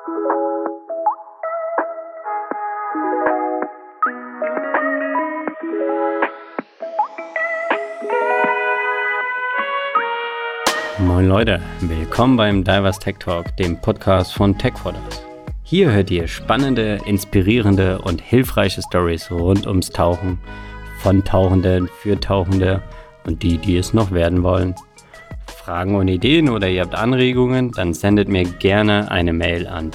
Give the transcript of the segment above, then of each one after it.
Moin Leute, willkommen beim Divers Tech Talk, dem Podcast von Tech4das. Hier hört ihr spannende, inspirierende und hilfreiche Stories rund ums Tauchen, von Tauchenden für Tauchende und die es noch werden wollen. Fragen und Ideen oder ihr habt Anregungen, dann sendet mir gerne eine Mail an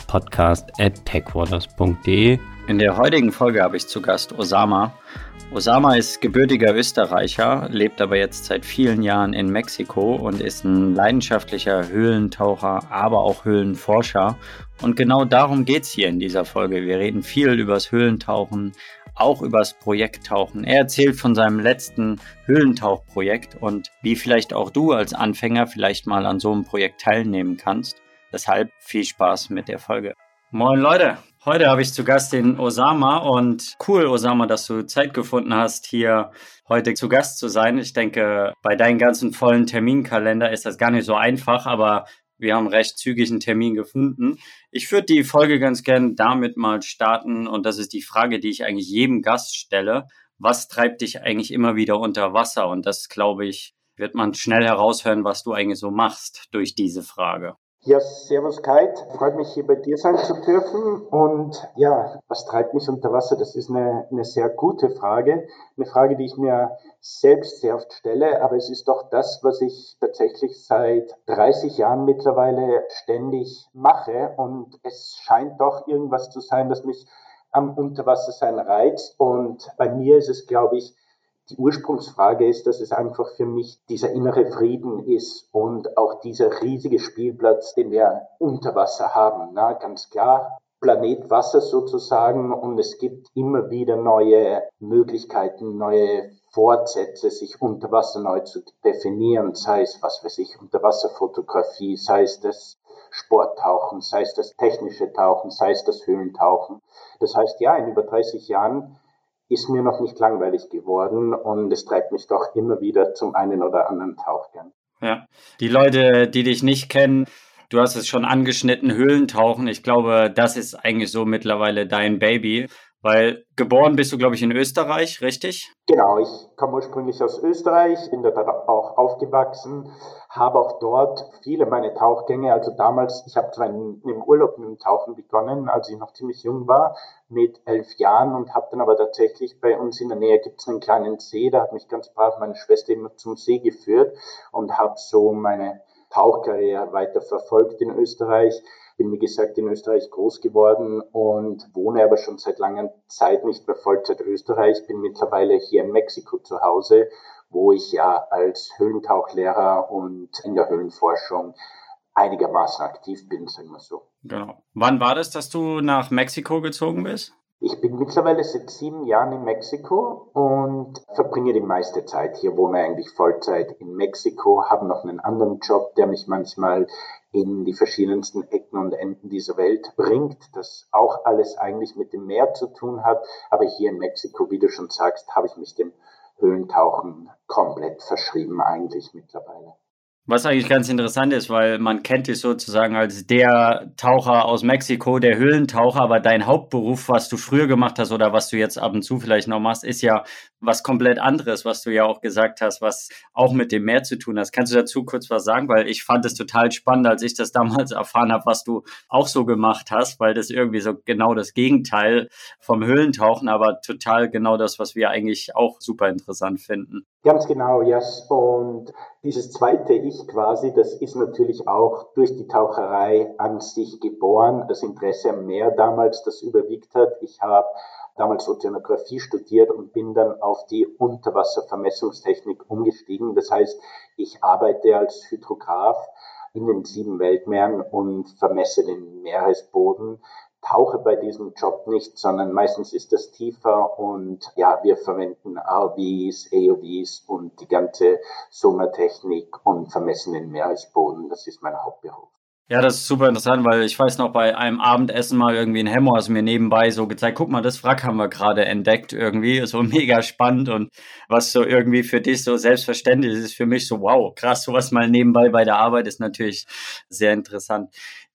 podcast@tech4das.de. In der heutigen Folge habe ich zu Gast Osama. Osama ist gebürtiger Österreicher, lebt aber jetzt seit vielen Jahren in Mexiko und ist ein leidenschaftlicher Höhlentaucher, aber auch Höhlenforscher. Und genau darum geht es hier in dieser Folge. Wir reden viel übers Höhlentauchen, auch übers Projekttauchen. Er erzählt von seinem letzten Höhlentauchprojekt und wie vielleicht auch du als Anfänger vielleicht mal an so einem Projekt teilnehmen kannst. Deshalb viel Spaß mit der Folge. Moin Leute! Heute habe ich zu Gast den Osama und cool, Osama, dass du Zeit gefunden hast, hier heute zu Gast zu sein. Ich denke, bei deinem ganzen vollen Terminkalender ist das gar nicht so einfach, aber wir haben recht zügig einen Termin gefunden. Ich würde die Folge ganz gern damit mal starten und das ist die Frage, die ich eigentlich jedem Gast stelle. Was treibt dich eigentlich immer wieder unter Wasser? Und das, glaube ich, wird man schnell heraushören, was du eigentlich so machst durch diese Frage. Ja, servus Kai, freut mich hier bei dir sein zu dürfen und ja, was treibt mich unter Wasser? Das ist eine sehr gute Frage, eine Frage, die ich mir selbst sehr oft stelle, aber es ist doch das, was ich tatsächlich seit 30 Jahren mittlerweile ständig mache und es scheint doch irgendwas zu sein, das mich am Unterwassersein reizt und bei mir ist es, glaube ich, die Ursprungsfrage ist, dass es einfach für mich dieser innere Frieden ist und auch dieser riesige Spielplatz, den wir unter Wasser haben. Na, ganz klar, Planet Wasser sozusagen und es gibt immer wieder neue Möglichkeiten, neue Fortsätze, sich unter Wasser neu zu definieren, sei es, was weiß ich, Unterwasserfotografie, sei es das Sporttauchen, sei es das technische Tauchen, sei es das Höhlentauchen. Das heißt, ja, in über 30 Jahren ist mir noch nicht langweilig geworden und es treibt mich doch immer wieder zum einen oder anderen Tauchgang. Ja, die Leute, die dich nicht kennen, du hast es schon angeschnitten, Höhlentauchen, ich glaube, das ist eigentlich so mittlerweile dein Baby, weil geboren bist du, glaube ich, in Österreich, richtig? Genau, ich komme ursprünglich aus Österreich, bin dort auch aufgewachsen, habe auch dort viele meiner Tauchgänge, also damals, ich habe zwar im Urlaub mit dem Tauchen begonnen, als ich noch ziemlich jung war, mit 11 Jahren und habe dann aber tatsächlich bei uns in der Nähe gibt es einen kleinen See, da hat mich ganz brav meine Schwester immer zum See geführt und habe so meine Tauchkarriere weiter verfolgt in Österreich. Bin, wie gesagt, in Österreich groß geworden und wohne aber schon seit langer Zeit nicht mehr Vollzeit Österreich. Bin mittlerweile hier in Mexiko zu Hause, wo ich ja als Höhlentauchlehrer und in der Höhlenforschung einigermaßen aktiv bin, sagen wir so. Genau. Wann war das, dass du nach Mexiko gezogen bist? Ich bin mittlerweile seit 7 Jahren in Mexiko und verbringe die meiste Zeit hier, wohne eigentlich Vollzeit in Mexiko, habe noch einen anderen Job, der mich manchmal in die verschiedensten Ecken und Enden dieser Welt bringt, das auch alles eigentlich mit dem Meer zu tun hat. Aber hier in Mexiko, wie du schon sagst, habe ich mich dem Höhlentauchen komplett verschrieben eigentlich mittlerweile. Was eigentlich ganz interessant ist, weil man kennt dich sozusagen als der Taucher aus Mexiko, der Höhlentaucher, aber dein Hauptberuf, was du früher gemacht hast oder was du jetzt ab und zu vielleicht noch machst, ist ja was komplett anderes, was du ja auch gesagt hast, was auch mit dem Meer zu tun hast. Kannst du dazu kurz was sagen? Weil ich fand es total spannend, als ich das damals erfahren habe, was du auch so gemacht hast, weil das irgendwie so genau das Gegenteil vom Höhlentauchen, aber total genau das, was wir eigentlich auch super interessant finden. Ganz genau, yes. Und dieses zweite Ich quasi, das ist natürlich auch durch die Taucherei an sich geboren. Das Interesse am Meer damals, das überwiegt hat. Ich habe damals Ozeanografie studiert und bin dann auf die Unterwasservermessungstechnik umgestiegen. Das heißt, ich arbeite als Hydrograph in den 7 Weltmeeren und vermesse den Meeresboden. Tauche bei diesem Job nicht, sondern meistens ist das tiefer und ja, wir verwenden ROVs, AOVs und die ganze Sonartechnik und vermessen den Meeresboden. Das ist mein Hauptberuf. Ja, das ist super interessant, weil ich weiß noch, bei einem Abendessen mal irgendwie ein Hemmo hast mir nebenbei so gezeigt, guck mal, das Wrack haben wir gerade entdeckt irgendwie, so mega spannend und was so irgendwie für dich so selbstverständlich ist, ist für mich so, wow, krass, sowas mal nebenbei bei der Arbeit ist natürlich sehr interessant.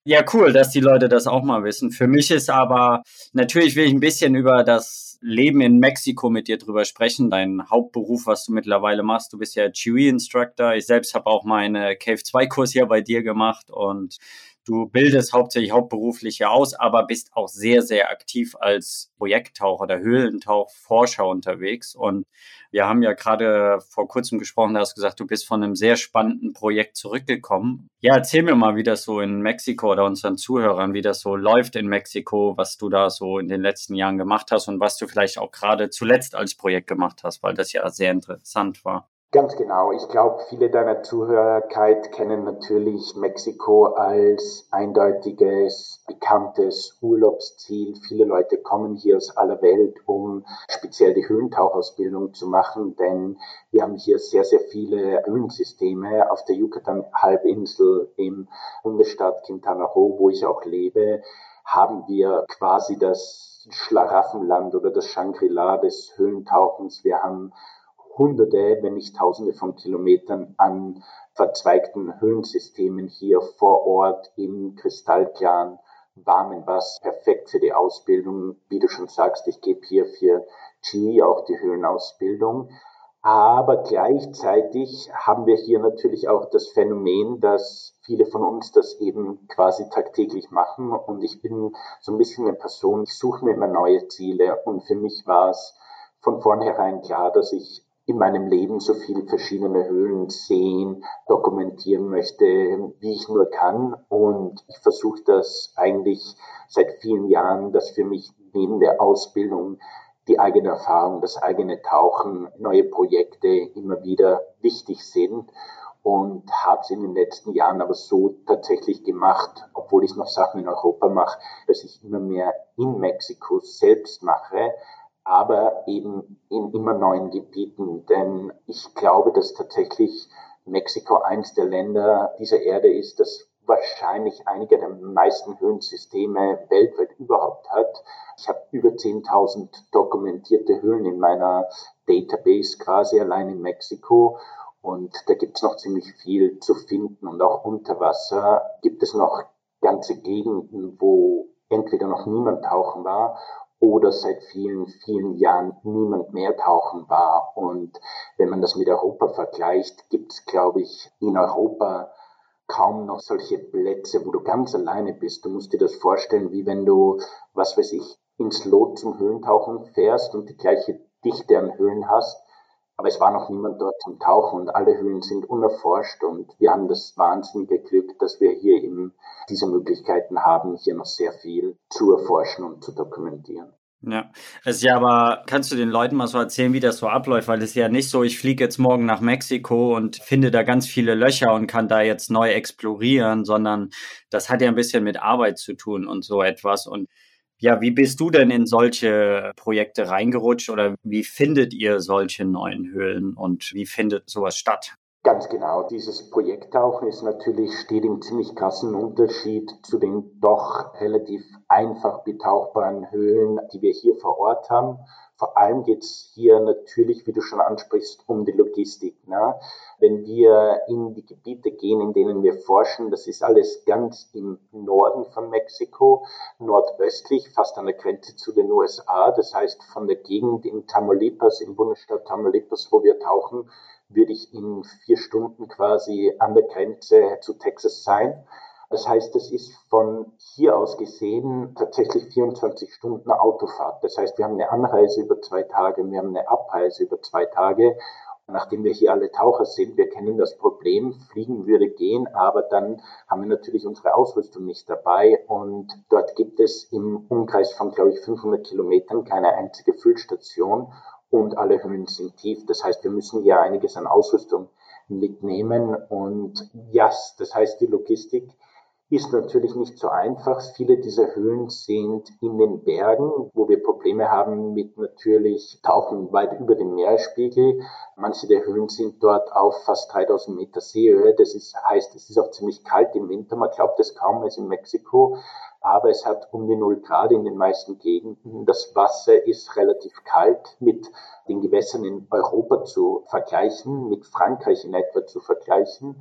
Ja, cool, dass die Leute das auch mal wissen. Für mich ist aber, natürlich will ich ein bisschen über das Leben in Mexiko mit dir drüber sprechen. Dein Hauptberuf, was du mittlerweile machst. Du bist ja GUI-Instructor. Ich selbst habe auch meine Cave 2-Kurs hier bei dir gemacht und du bildest hauptsächlich hauptberuflich ja aus, aber bist auch sehr, sehr aktiv als Projekttaucher oder Höhlentauchforscher unterwegs. Und wir haben ja gerade vor kurzem gesprochen, da hast du gesagt, du bist von einem sehr spannenden Projekt zurückgekommen. Ja, erzähl mir mal, wie das so in Mexiko oder unseren Zuhörern, wie das so läuft in Mexiko, was du da so in den letzten Jahren gemacht hast und was du vielleicht auch gerade zuletzt als Projekt gemacht hast, weil das ja sehr interessant war. Ganz genau. Ich glaube, viele deiner Zuhörer kennen natürlich Mexiko als eindeutiges, bekanntes Urlaubsziel. Viele Leute kommen hier aus aller Welt, um speziell die Höhlentauchausbildung zu machen, denn wir haben hier sehr, sehr viele Höhlensysteme auf der Yucatan-Halbinsel im Bundesstaat Quintana Roo, wo ich auch lebe, haben wir quasi das Schlaraffenland oder das Shangri-La des Höhlentauchens. Wir haben Hunderte, wenn nicht Tausende von Kilometern an verzweigten Höhlensystemen hier vor Ort im kristallklaren, warmen Wasser. Perfekt für die Ausbildung. Wie du schon sagst, ich gebe hier für GE auch die Höhlenausbildung. Aber gleichzeitig haben wir hier natürlich auch das Phänomen, dass viele von uns das eben quasi tagtäglich machen. Und ich bin so ein bisschen eine Person, ich suche mir immer neue Ziele. Und für mich war es von vornherein klar, dass ich in meinem Leben so viele verschiedene Höhlen sehen, dokumentieren möchte, wie ich nur kann. Und ich versuche das eigentlich seit vielen Jahren, dass für mich neben der Ausbildung die eigene Erfahrung, das eigene Tauchen, neue Projekte immer wieder wichtig sind. Und habe es in den letzten Jahren aber so tatsächlich gemacht, obwohl ich noch Sachen in Europa mache, dass ich immer mehr in Mexiko selbst mache, aber eben in immer neuen Gebieten. Denn ich glaube, dass tatsächlich Mexiko eins der Länder dieser Erde ist, das wahrscheinlich einige der meisten Höhlensysteme weltweit überhaupt hat. Ich habe über 10.000 dokumentierte Höhlen in meiner Database quasi allein in Mexiko. Und da gibt es noch ziemlich viel zu finden. Und auch unter Wasser gibt es noch ganze Gegenden, wo entweder noch niemand tauchen war oder seit vielen, vielen Jahren niemand mehr tauchen war. Und wenn man das mit Europa vergleicht, gibt es, glaube ich, in Europa kaum noch solche Plätze, wo du ganz alleine bist. Du musst dir das vorstellen, wie wenn du, was weiß ich, ins Lot zum Höhlentauchen fährst und die gleiche Dichte an Höhlen hast. Aber es war noch niemand dort zum Tauchen und alle Höhlen sind unerforscht und wir haben das wahnsinnige Glück, dass wir hier eben diese Möglichkeiten haben, hier noch sehr viel zu erforschen und zu dokumentieren. Ja, es ist ja aber, kannst du den Leuten mal so erzählen, wie das so abläuft? Weil es ist ja nicht so, ich fliege jetzt morgen nach Mexiko und finde da ganz viele Löcher und kann da jetzt neu explorieren, sondern das hat ja ein bisschen mit Arbeit zu tun und so etwas. Und ja, wie bist du denn in solche Projekte reingerutscht oder wie findet ihr solche neuen Höhlen und wie findet sowas statt? Ganz genau. Dieses Projekttauchen ist natürlich, steht im ziemlich krassen Unterschied zu den doch relativ einfach betauchbaren Höhlen, die wir hier vor Ort haben. Vor allem geht es hier natürlich, wie du schon ansprichst, um die Logistik. Ne? Wenn wir in die Gebiete gehen, in denen wir forschen, das ist alles ganz im Norden von Mexiko, nordöstlich, fast an der Grenze zu den USA. Das heißt, von der Gegend in Tamaulipas, im Bundesstaat Tamaulipas, wo wir tauchen, würde ich in 4 Stunden quasi an der Grenze zu Texas sein. Das heißt, es ist von hier aus gesehen tatsächlich 24 Stunden Autofahrt. Das heißt, wir haben eine Anreise über 2 Tage, wir haben eine Abreise über 2 Tage. Nachdem wir hier alle Taucher sind, wir kennen das Problem, fliegen würde gehen, aber dann haben wir natürlich unsere Ausrüstung nicht dabei und dort gibt es im Umkreis von, glaube ich, 500 Kilometern keine einzige Füllstation und alle Höhen sind tief. Das heißt, wir müssen hier einiges an Ausrüstung mitnehmen und ja, das heißt, die Logistik ist natürlich nicht so einfach. Viele dieser Höhlen sind in den Bergen, wo wir Probleme haben mit natürlich Tauchen weit über dem Meeresspiegel. Manche der Höhlen sind dort auf fast 3000 Meter Seehöhe. Heißt, es ist auch ziemlich kalt im Winter. Man glaubt es kaum, es ist in Mexiko. Aber es hat um die 0 Grad in den meisten Gegenden. Das Wasser ist relativ kalt, mit den Gewässern in Europa zu vergleichen, mit Frankreich in etwa zu vergleichen.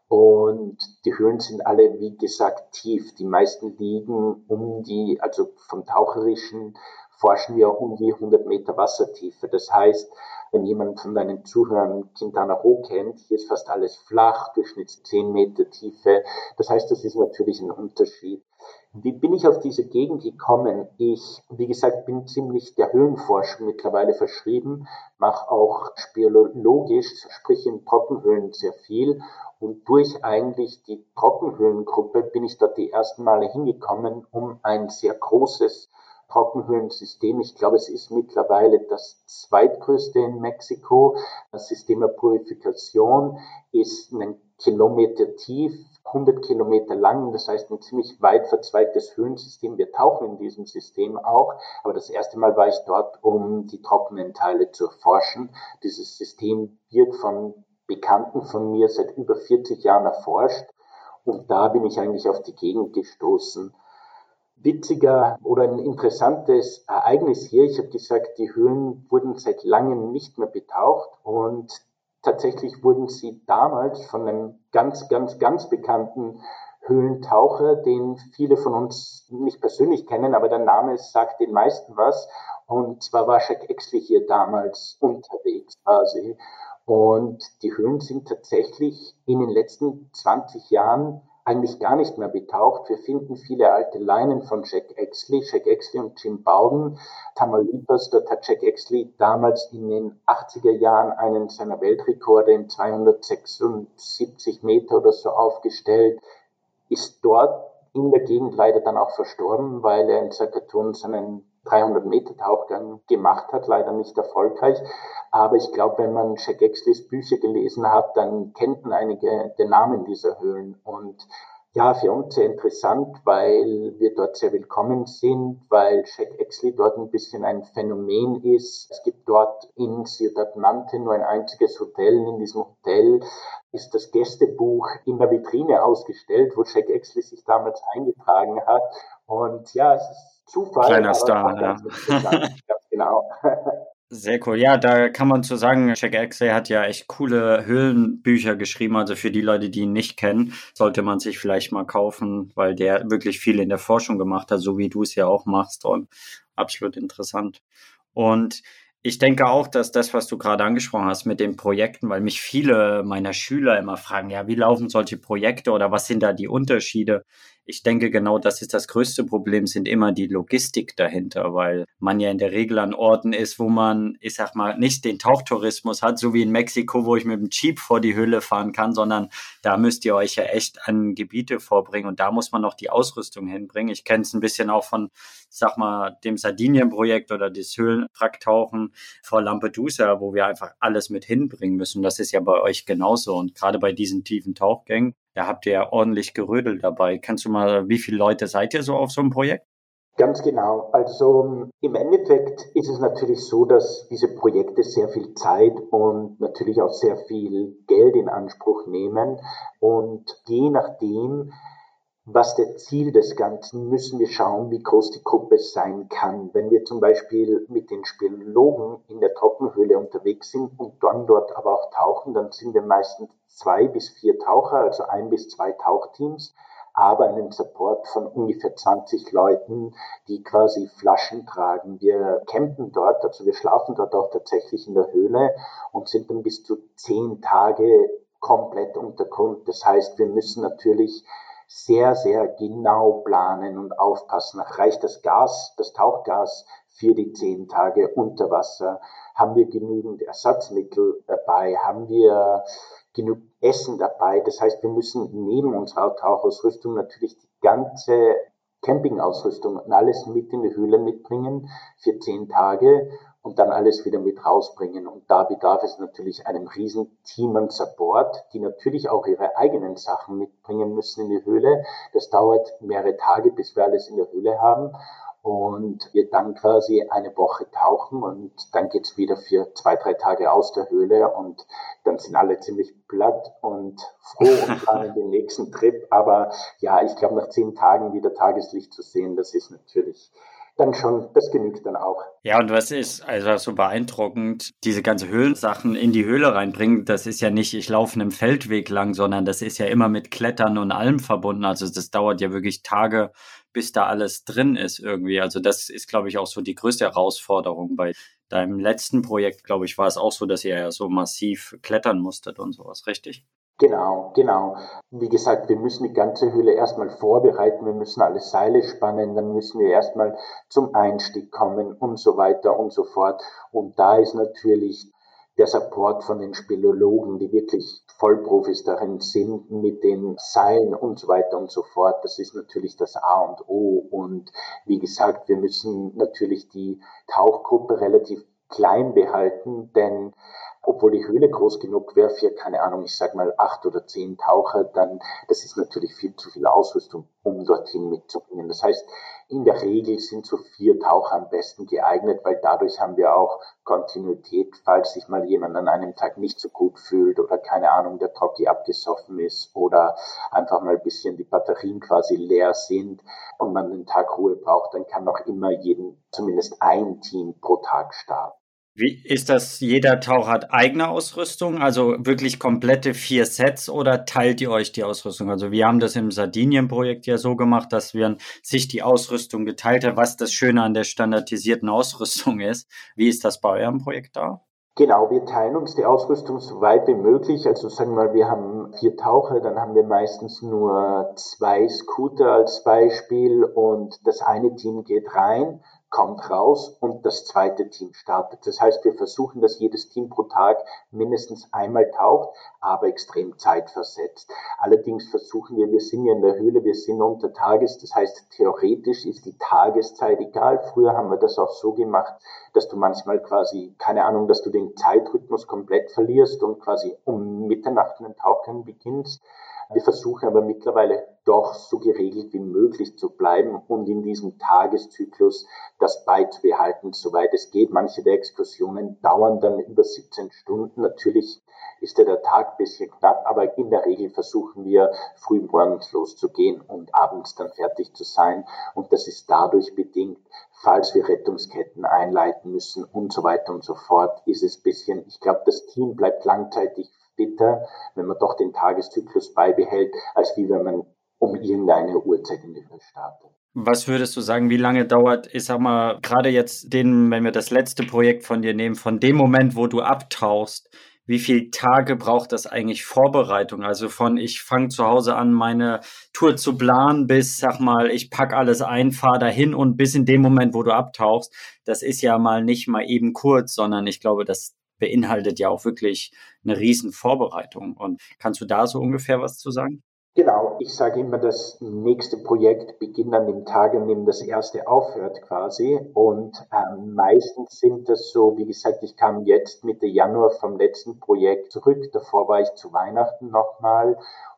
Und die Höhlen sind alle, wie gesagt, tief. Die meisten liegen also vom Taucherischen forschen wir um die 100 Meter Wassertiefe. Das heißt, wenn jemand von deinen Zuhörern Quintana Roo kennt, hier ist fast alles flach, Durchschnitt 10 Meter Tiefe. Das heißt, das ist natürlich ein Unterschied. Wie bin ich auf diese Gegend gekommen? Ich, wie gesagt, bin ziemlich der Höhlenforschung mittlerweile verschrieben, mache auch speleologisch, sprich in Trockenhöhlen sehr viel. Und durch eigentlich die Trockenhöhlengruppe bin ich dort die ersten Male hingekommen, um ein sehr großes Trockenhöhlensystem. Ich glaube, es ist mittlerweile das zweitgrößte in Mexiko. Das System der Purification ist einen Kilometer tief, 100 Kilometer lang. Das heißt, ein ziemlich weit verzweigtes Höhlensystem. Wir tauchen in diesem System auch. Aber das erste Mal war ich dort, um die trockenen Teile zu erforschen. Dieses System wird von Bekannten von mir seit über 40 Jahren erforscht. Und da bin ich eigentlich auf die Gegend gestoßen. Witziger oder ein interessantes Ereignis hier. Ich habe gesagt, die Höhlen wurden seit langem nicht mehr betaucht und tatsächlich wurden sie damals von einem ganz bekannten Höhlentaucher, den viele von uns nicht persönlich kennen, aber der Name sagt den meisten was. Und zwar war Jack Exley hier damals unterwegs quasi. Und die Höhlen sind tatsächlich in den letzten 20 Jahren eigentlich gar nicht mehr betaucht. Wir finden viele alte Leinen von Jack Exley und Jim Bowden, Tamaulipas. Dort hat Jack Exley damals in den 80er Jahren einen seiner Weltrekorde in 276 Meter oder so aufgestellt, ist dort in der Gegend leider dann auch verstorben, weil er in Saskatoon seinen 300-Meter-Tauchgang gemacht hat, leider nicht erfolgreich. Aber ich glaube, wenn man Jack Exleys Bücher gelesen hat, dann kennt man einige der Namen dieser Höhlen. Und ja, für uns sehr interessant, weil wir dort sehr willkommen sind, weil Jack Exley dort ein bisschen ein Phänomen ist. Es gibt dort in Ciudad Mante nur ein einziges Hotel. In diesem Hotel ist das Gästebuch in der Vitrine ausgestellt, wo Jack Exley sich damals eingetragen hat. Und ja, es ist Zufall, Kleiner aber Star, auch ja. ganz interessant, ganz genau. Sehr cool. Ja, da kann man zu sagen, Jack Exley hat ja echt coole Höhlenbücher geschrieben. Also für die Leute, die ihn nicht kennen, sollte man sich vielleicht mal kaufen, weil der wirklich viel in der Forschung gemacht hat, so wie du es ja auch machst. Und absolut interessant. Und ich denke auch, dass das, was du gerade angesprochen hast mit den Projekten, weil mich viele meiner Schüler immer fragen, ja, wie laufen solche Projekte oder was sind da die Unterschiede? Ich denke, genau das ist das größte Problem, sind immer die Logistik dahinter, weil man ja in der Regel an Orten ist, wo man, ich sag mal, nicht den Tauchtourismus hat, so wie in Mexiko, wo ich mit dem Jeep vor die Höhle fahren kann, sondern da müsst ihr euch ja echt an Gebiete vorbringen und da muss man noch die Ausrüstung hinbringen. Ich kenne es ein bisschen auch von, sag mal, dem Sardinien-Projekt oder das Höhlenwracktauchen vor Lampedusa, wo wir einfach alles mit hinbringen müssen. Das ist ja bei euch genauso und gerade bei diesen tiefen Tauchgängen, da habt ihr ja ordentlich Gerödel dabei. Kannst du mal, wie viele Leute seid ihr so auf so einem Projekt? Ganz genau. Also im Endeffekt ist es natürlich so, dass diese Projekte sehr viel Zeit und natürlich auch sehr viel Geld in Anspruch nehmen. Und je nachdem, was der Ziel des Ganzen, müssen wir schauen, wie groß die Gruppe sein kann. Wenn wir zum Beispiel mit den Speleologen in der Trockenhöhle unterwegs sind und dann dort aber auch tauchen, dann sind wir meistens 2 bis 4 Taucher, also 1 bis 2 Tauchteams, aber einen Support von ungefähr 20 Leuten, die quasi Flaschen tragen. Wir campen dort, also wir schlafen dort auch tatsächlich in der Höhle und sind dann bis zu 10 Tage komplett unter Grund. Das heißt, wir müssen natürlich sehr genau planen und aufpassen. Reicht das Gas, das Tauchgas für die 10 Tage unter Wasser? Haben wir genügend Ersatzmittel dabei? Haben wir genug Essen dabei? Das heißt, wir müssen neben unserer Tauchausrüstung natürlich die ganze Campingausrüstung und alles mit in die Höhle mitbringen für 10 Tage und dann alles wieder mit rausbringen. Und da bedarf es natürlich einem riesen Team an Support, die natürlich auch ihre eigenen Sachen mitbringen müssen in die Höhle. Das dauert mehrere Tage, bis wir alles in der Höhle haben. Und wir dann quasi eine Woche tauchen und dann geht's wieder für 2, 3 Tage aus der Höhle und dann sind alle ziemlich platt und froh und planen den nächsten Trip. Aber ja, ich glaube, nach 10 Tagen wieder Tageslicht zu sehen, das ist natürlich dann schon, das genügt dann auch. Ja, und was ist also so beeindruckend, diese ganze Höhlensachen in die Höhle reinbringen, das ist ja nicht, ich laufe einem Feldweg lang, sondern das ist ja immer mit Klettern und allem verbunden. Also das dauert ja wirklich Tage, bis da alles drin ist irgendwie. Also das ist, glaube ich, auch so die größte Herausforderung. Bei deinem letzten Projekt, glaube ich, war es auch so, dass ihr ja so massiv klettern musstet und sowas, richtig? Genau, genau. Wie gesagt, wir müssen die ganze Höhle erstmal vorbereiten, wir müssen alle Seile spannen, dann müssen wir erstmal zum Einstieg kommen und so weiter und so fort. Und da ist natürlich der Support von den Speleologen, die wirklich Vollprofis darin sind, mit den Seilen und so weiter und so fort. Das ist natürlich das A und O. Und wie gesagt, wir müssen natürlich die Tauchgruppe relativ klein behalten, denn obwohl die Höhle groß genug wäre für, keine Ahnung, ich sag mal 8 oder 10 Taucher, dann, das ist natürlich viel zu viel Ausrüstung, um dorthin mitzubringen. Das heißt, in der Regel sind so 4 Taucher am besten geeignet, weil dadurch haben wir auch Kontinuität, falls sich mal jemand an einem Tag nicht so gut fühlt oder keine Ahnung, der Trocki abgesoffen ist oder einfach mal ein bisschen die Batterien quasi leer sind und man einen Tag Ruhe braucht, dann kann noch immer zumindest ein Team pro Tag starten. Wie ist das, jeder Taucher hat eigene Ausrüstung, also wirklich komplette 4 Sets oder teilt ihr euch die Ausrüstung? Also wir haben das im Sardinien-Projekt ja so gemacht, dass wir sich die Ausrüstung geteilt haben, was das Schöne an der standardisierten Ausrüstung ist. Wie ist das bei eurem Projekt da? Genau, wir teilen uns die Ausrüstung so weit wie möglich. Also sagen wir mal, wir haben 4 Taucher, dann haben wir meistens nur 2 Scooter als Beispiel und das eine Team geht rein, kommt raus und das zweite Team startet. Das heißt, wir versuchen, dass jedes Team pro Tag mindestens einmal taucht, aber extrem zeitversetzt. Allerdings versuchen wir sind ja in der Höhle, wir sind unter Tages, das heißt, theoretisch ist die Tageszeit egal. Früher haben wir das auch so gemacht, dass du manchmal quasi, keine Ahnung, dass du den Zeitrhythmus komplett verlierst und quasi um Mitternacht einen Tauchgang beginnst. Wir versuchen aber mittlerweile doch so geregelt wie möglich zu bleiben und in diesem Tageszyklus das beizubehalten, soweit es geht. Manche der Exkursionen dauern dann über 17 Stunden. Natürlich ist ja der Tag ein bisschen knapp, aber in der Regel versuchen wir früh morgens loszugehen und abends dann fertig zu sein. Und das ist dadurch bedingt, falls wir Rettungsketten einleiten müssen und so weiter und so fort, ist es ein bisschen, ich glaube, das Team bleibt langzeitig fitter, wenn man doch den Tageszyklus beibehält, als wie wenn man um irgendeine Uhrzeit in die Höhe startet. Was würdest du sagen, wie lange dauert, ich sag mal, gerade jetzt wenn wir das letzte Projekt von dir nehmen, von dem Moment, wo du abtauchst, wie viele Tage braucht das eigentlich Vorbereitung? Also von ich fange zu Hause an, meine Tour zu planen, bis, sag mal, ich pack alles ein, fahre dahin und bis in dem Moment, wo du abtauchst, das ist ja mal nicht mal eben kurz, sondern ich glaube, das beinhaltet ja auch wirklich eine riesen Vorbereitung. Und kannst du da so ungefähr was zu sagen? Genau, ich sage immer, das nächste Projekt beginnt an dem Tag, an dem das erste aufhört quasi. Und meistens sind das so, wie gesagt, ich kam jetzt Mitte Januar vom letzten Projekt zurück. Davor war ich zu Weihnachten nochmal.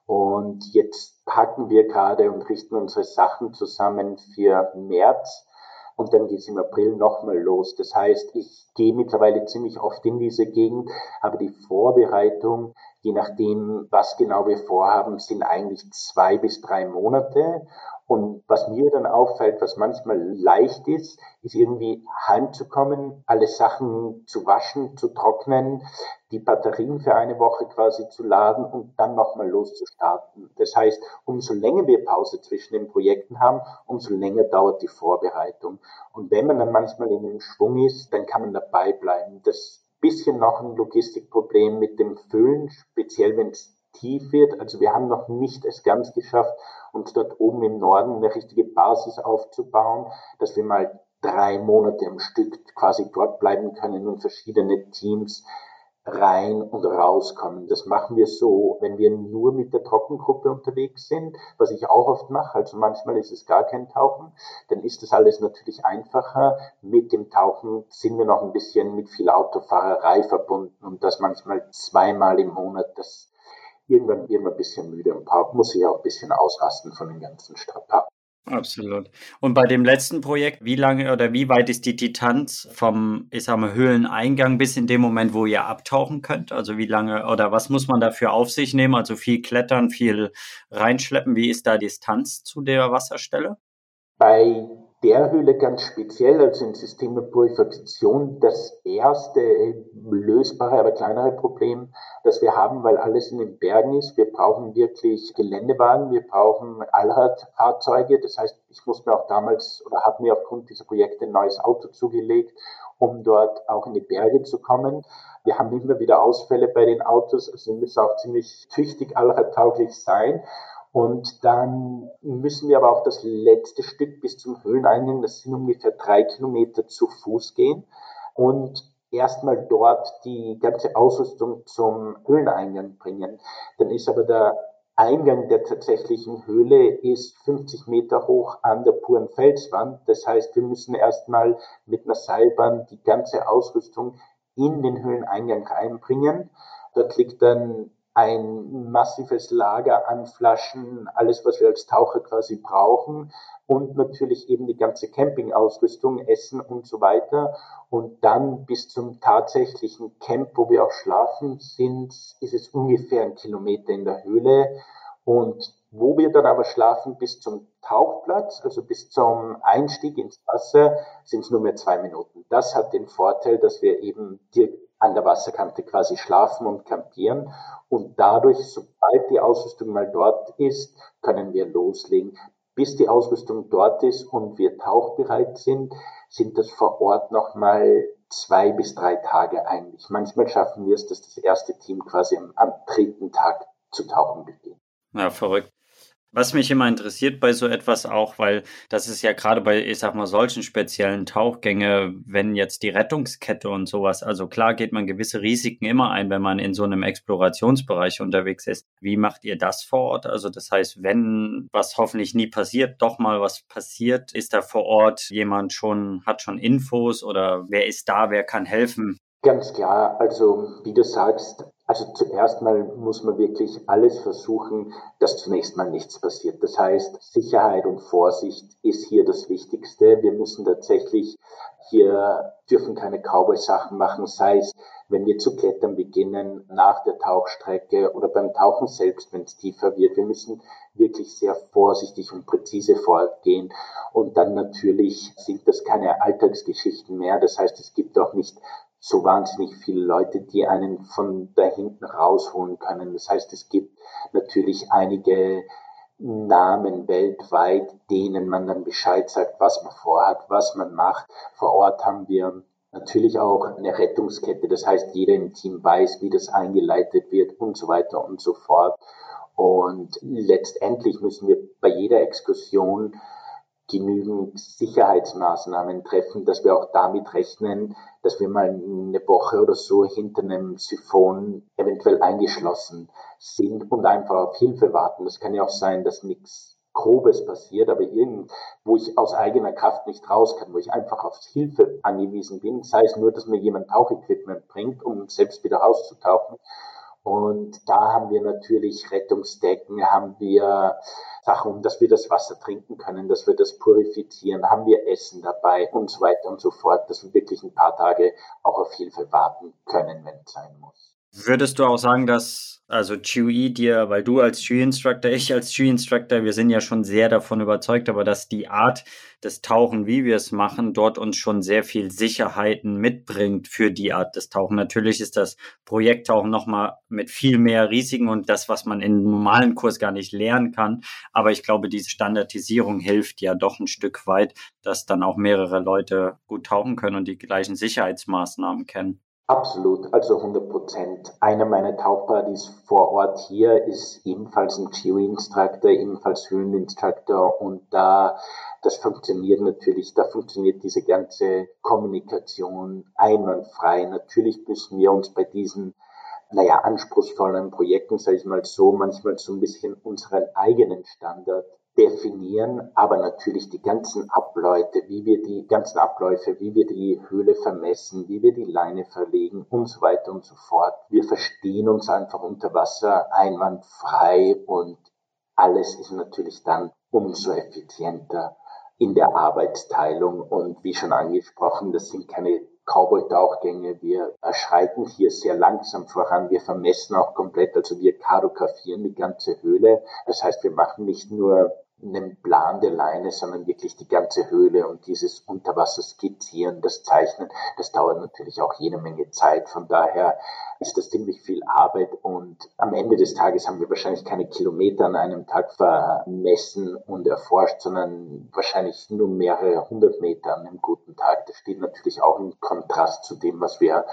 Und jetzt packen wir gerade und richten unsere Sachen zusammen für März. Und dann geht es im April nochmal los. Das heißt, ich gehe mittlerweile ziemlich oft in diese Gegend, aber die Vorbereitung, je nachdem, was genau wir vorhaben, sind eigentlich 2 bis 3 Monate. Und was mir dann auffällt, was manchmal leicht ist, ist irgendwie heimzukommen, alle Sachen zu waschen, zu trocknen, die Batterien für eine Woche quasi zu laden und dann nochmal loszustarten. Das heißt, umso länger wir Pause zwischen den Projekten haben, umso länger dauert die Vorbereitung. Und wenn man dann manchmal in einem Schwung ist, dann kann man dabei bleiben. Das bisschen noch ein Logistikproblem mit dem Füllen, speziell wenn es tief wird. Also wir haben noch nicht es ganz geschafft, uns dort oben im Norden eine richtige Basis aufzubauen, dass wir mal 3 Monate am Stück quasi dort bleiben können und verschiedene Teams rein und rauskommen. Das machen wir so, wenn wir nur mit der Trockengruppe unterwegs sind, was ich auch oft mache. Also manchmal ist es gar kein Tauchen, dann ist das alles natürlich einfacher. Mit dem Tauchen sind wir noch ein bisschen mit viel Autofahrerei verbunden und das manchmal 2-mal im Monat. Das irgendwann wird man ein bisschen müde und muss sich auch ein bisschen ausrasten von den ganzen Strapazen. Absolut. Und bei dem letzten Projekt, wie lange oder wie weit ist die Distanz vom, ich sag mal, Höhleneingang bis in dem Moment, wo ihr abtauchen könnt? Also wie lange oder was muss man dafür auf sich nehmen? Also viel klettern, viel reinschleppen. Wie ist da die Distanz zu der Wasserstelle? Bei der Höhle ganz speziell, also im System der Purifikation, das erste lösbare, aber kleinere Problem, das wir haben, weil alles in den Bergen ist. Wir brauchen wirklich Geländewagen, wir brauchen Allradfahrzeuge. Das heißt, ich muss mir auch damals oder habe mir aufgrund dieser Projekte ein neues Auto zugelegt, um dort auch in die Berge zu kommen. Wir haben immer wieder Ausfälle bei den Autos, also sie müssen auch ziemlich tüchtig allradtauglich sein. Und dann müssen wir aber auch das letzte Stück bis zum Höhleneingang, das sind ungefähr 3 Kilometer, zu Fuß gehen und erstmal dort die ganze Ausrüstung zum Höhleneingang bringen. Dann ist aber der Eingang der tatsächlichen Höhle ist 50 Meter hoch an der puren Felswand. Das heißt, wir müssen erstmal mit einer Seilbahn die ganze Ausrüstung in den Höhleneingang reinbringen. Dort liegt dann ein massives Lager an Flaschen, alles, was wir als Taucher quasi brauchen und natürlich eben die ganze Campingausrüstung, Essen und so weiter. Und dann bis zum tatsächlichen Camp, wo wir auch schlafen, ist es ungefähr 1 Kilometer in der Höhle. Und wo wir dann aber schlafen bis zum Tauchplatz, also bis zum Einstieg ins Wasser, sind es nur mehr 2 Minuten. Das hat den Vorteil, dass wir eben direkt an der Wasserkante quasi schlafen und campieren. Und dadurch, sobald die Ausrüstung mal dort ist, können wir loslegen. Bis die Ausrüstung dort ist und wir tauchbereit sind das vor Ort nochmal 2 bis 3 Tage eigentlich. Manchmal schaffen wir es, dass das erste Team quasi am 3. Tag zu tauchen beginnt. Ja, verrückt. Was mich immer interessiert bei so etwas auch, weil das ist ja gerade bei, ich sag mal, solchen speziellen Tauchgänge, wenn jetzt die Rettungskette und sowas, also klar geht man gewisse Risiken immer ein, wenn man in so einem Explorationsbereich unterwegs ist. Wie macht ihr das vor Ort? Also das heißt, wenn was hoffentlich nie passiert, doch mal was passiert, ist da vor Ort jemand hat schon Infos oder wer ist da, wer kann helfen? Ganz klar, also wie du sagst, also zuerst mal muss man wirklich alles versuchen, dass zunächst mal nichts passiert. Das heißt, Sicherheit und Vorsicht ist hier das Wichtigste. Wir müssen tatsächlich dürfen keine Cowboy-Sachen machen, sei es, wenn wir zu klettern beginnen, nach der Tauchstrecke oder beim Tauchen selbst, wenn es tiefer wird. Wir müssen wirklich sehr vorsichtig und präzise vorgehen. Und dann natürlich sind das keine Alltagsgeschichten mehr. Das heißt, es gibt auch nicht so wahnsinnig viele Leute, die einen von da hinten rausholen können. Das heißt, es gibt natürlich einige Namen weltweit, denen man dann Bescheid sagt, was man vorhat, was man macht. Vor Ort haben wir natürlich auch eine Rettungskette. Das heißt, jeder im Team weiß, wie das eingeleitet wird und so weiter und so fort. Und letztendlich müssen wir bei jeder Exkursion genügend Sicherheitsmaßnahmen treffen, dass wir auch damit rechnen, dass wir mal eine Woche oder so hinter einem Siphon eventuell eingeschlossen sind und einfach auf Hilfe warten. Das kann ja auch sein, dass nichts Grobes passiert, aber wo ich aus eigener Kraft nicht raus kann, wo ich einfach auf Hilfe angewiesen bin, sei es nur, dass mir jemand Tauchequipment bringt, um selbst wieder rauszutauchen. Und da haben wir natürlich Rettungsdecken, haben wir Sachen, dass wir das Wasser trinken können, dass wir das purifizieren, haben wir Essen dabei und so weiter und so fort, dass wir wirklich ein paar Tage auch auf Hilfe warten können, wenn es sein muss. Würdest du auch sagen, dass, also QE dir, weil du als Ski-Instructor, ich als Ski-Instructor, wir sind ja schon sehr davon überzeugt, aber dass die Art des Tauchen, wie wir es machen, dort uns schon sehr viel Sicherheiten mitbringt für die Art des Tauchen. Natürlich ist das Projekttauchen nochmal mit viel mehr Risiken und das, was man in einem normalen Kurs gar nicht lernen kann. Aber ich glaube, diese Standardisierung hilft ja doch ein Stück weit, dass dann auch mehrere Leute gut tauchen können und die gleichen Sicherheitsmaßnahmen kennen. Absolut, also 100%. Einer meiner Tauchbuddies vor Ort hier ist ebenfalls ein Geo-Instructor, ebenfalls Höhleninstructor und das funktioniert natürlich, da funktioniert diese ganze Kommunikation einwandfrei. Natürlich müssen wir uns bei diesen anspruchsvollen Projekten, sage ich mal so, manchmal so ein bisschen unseren eigenen Standard definieren, aber natürlich die ganzen Abläufe, wie wir die Höhle vermessen, wie wir die Leine verlegen und so weiter und so fort. Wir verstehen uns einfach unter Wasser einwandfrei und alles ist natürlich dann umso effizienter in der Arbeitsteilung und wie schon angesprochen, das sind keine Cowboy-Tauchgänge, wir schreiten hier sehr langsam voran, wir vermessen auch komplett, also wir kartografieren die ganze Höhle. Das heißt, wir machen nicht nur einem Plan der Leine, sondern wirklich die ganze Höhle und dieses Unterwasser skizzieren, das Zeichnen, das dauert natürlich auch jede Menge Zeit. Von daher ist das ziemlich viel Arbeit und am Ende des Tages haben wir wahrscheinlich keine Kilometer an einem Tag vermessen und erforscht, sondern wahrscheinlich nur mehrere 100 Meter an einem guten Tag. Das steht natürlich auch im Kontrast zu dem, was wir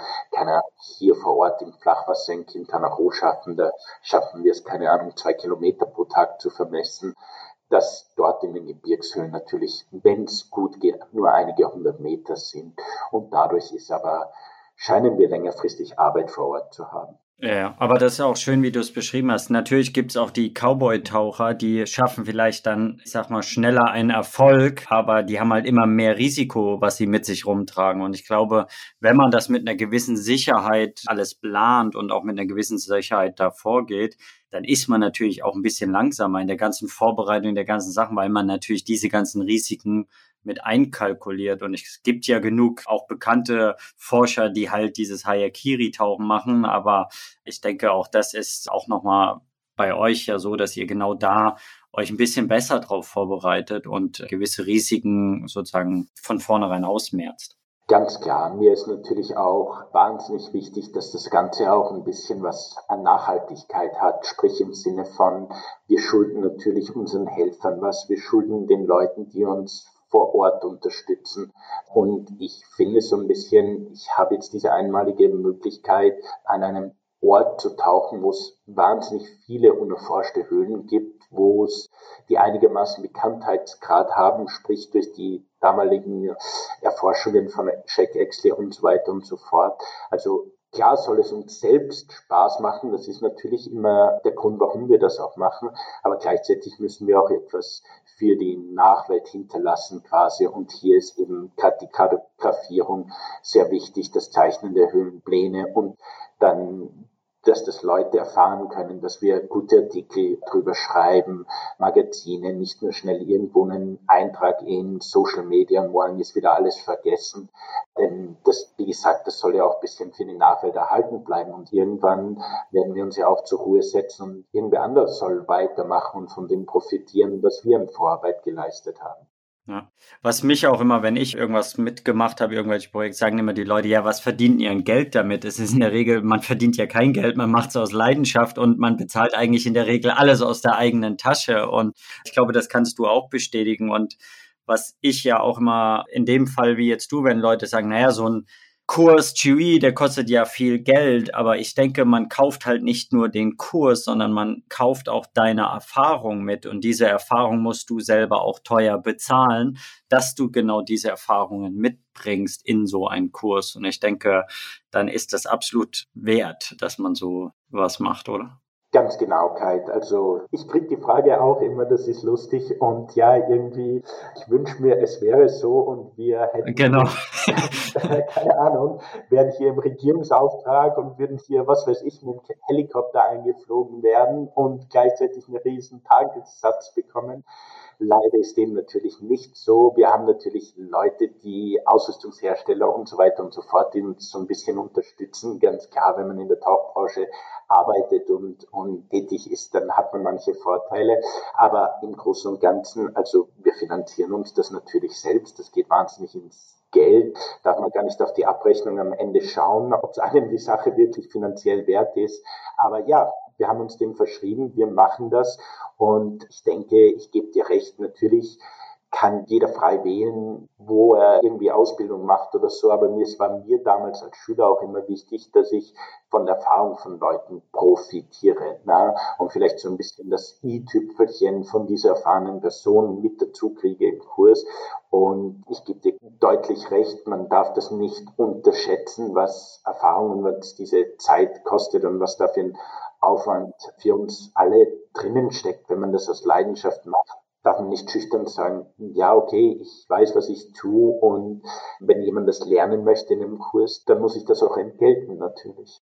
hier vor Ort im Flachwasser in Quintana Roo schaffen. Da schaffen wir es, 2 Kilometer pro Tag zu vermessen, dass dort in den Gebirgshöhlen natürlich, wenn es gut geht, nur einige 100 Meter sind. Und dadurch scheinen wir längerfristig Arbeit vor Ort zu haben. Ja, aber das ist auch schön, wie du es beschrieben hast. Natürlich gibt es auch die Cowboy-Taucher, die schaffen vielleicht dann, ich sag mal, schneller einen Erfolg, aber die haben halt immer mehr Risiko, was sie mit sich rumtragen. Und ich glaube, wenn man das mit einer gewissen Sicherheit alles plant und auch mit einer gewissen Sicherheit da vorgeht, dann ist man natürlich auch ein bisschen langsamer in der ganzen Vorbereitung der ganzen Sachen, weil man natürlich diese ganzen Risiken mit einkalkuliert. Und es gibt ja genug auch bekannte Forscher, die halt dieses Harakiri-Tauchen machen. Aber ich denke, auch das ist auch nochmal bei euch ja so, dass ihr genau da euch ein bisschen besser drauf vorbereitet und gewisse Risiken sozusagen von vornherein ausmerzt. Ganz klar, mir ist natürlich auch wahnsinnig wichtig, dass das Ganze auch ein bisschen was an Nachhaltigkeit hat, sprich im Sinne von, wir schulden natürlich unseren Helfern was, wir schulden den Leuten, die uns vor Ort unterstützen. Und ich finde so ein bisschen, ich habe jetzt diese einmalige Möglichkeit, an einem Ort zu tauchen, wo es wahnsinnig viele unerforschte Höhlen gibt, wo es die einigermaßen Bekanntheitsgrad haben, sprich durch die damaligen Erforschungen von Jack Exley und so weiter und so fort. Also klar soll es uns selbst Spaß machen, das ist natürlich immer der Grund, warum wir das auch machen, aber gleichzeitig müssen wir auch etwas für die Nachwelt hinterlassen quasi und hier ist eben gerade die Kartografierung sehr wichtig, das Zeichnen der Höhlenpläne und dann dass das Leute erfahren können, dass wir gute Artikel drüber schreiben, Magazine, nicht nur schnell irgendwo einen Eintrag in Social Media und morgen ist wieder alles vergessen. Denn das, wie gesagt, das soll ja auch ein bisschen für die Nachwelt erhalten bleiben und irgendwann werden wir uns ja auch zur Ruhe setzen und irgendwer anders soll weitermachen und von dem profitieren, was wir an Vorarbeit geleistet haben. Ja. Was mich auch immer, wenn ich irgendwas mitgemacht habe, irgendwelche Projekte, sagen immer die Leute, ja, was verdient ihr ein Geld damit? Es ist in der Regel, man verdient ja kein Geld, man macht es aus Leidenschaft und man bezahlt eigentlich in der Regel alles aus der eigenen Tasche. Und ich glaube, das kannst du auch bestätigen. Und was ich ja auch immer in dem Fall wie jetzt du, wenn Leute sagen, naja, so ein Kurs QE, der kostet ja viel Geld, aber ich denke, man kauft halt nicht nur den Kurs, sondern man kauft auch deine Erfahrung mit und diese Erfahrung musst du selber auch teuer bezahlen, dass du genau diese Erfahrungen mitbringst in so einen Kurs und ich denke, dann ist das absolut wert, dass man so was macht, oder? Ganz genau, Kai. Also ich kriege die Frage auch immer, das ist lustig und ja, irgendwie, ich wünsche mir, es wäre so und wir hätten, Genau. keine Ahnung, wären hier im Regierungsauftrag und würden hier, was weiß ich, mit dem Helikopter eingeflogen werden und gleichzeitig einen riesen Tagessatz bekommen. Leider ist dem natürlich nicht so. Wir haben natürlich Leute, die Ausrüstungshersteller und so weiter und so fort, die uns so ein bisschen unterstützen. Ganz klar, wenn man in der Tauchbranche arbeitet und tätig ist, dann hat man manche Vorteile. Aber im Großen und Ganzen, also wir finanzieren uns das natürlich selbst. Das geht wahnsinnig ins Geld. Darf man gar nicht auf die Abrechnung am Ende schauen, ob es einem die Sache wirklich finanziell wert ist. Aber ja, wir haben uns dem verschrieben, wir machen das und ich denke, ich gebe dir recht, natürlich kann jeder frei wählen, wo er irgendwie Ausbildung macht oder so, aber es war mir damals als Schüler auch immer wichtig, dass ich von der Erfahrung von Leuten profitiere, und vielleicht so ein bisschen das i-Tüpfelchen von dieser erfahrenen Person mit dazu kriege im Kurs. Und ich gebe dir deutlich recht, man darf das nicht unterschätzen, was Erfahrungen, was diese Zeit kostet und was da für ein Aufwand für uns alle drinnen steckt, wenn man das aus Leidenschaft macht. Darf man nicht schüchtern sagen, ja, okay, ich weiß, was ich tue und wenn jemand das lernen möchte in einem Kurs, dann muss ich das auch entgelten natürlich.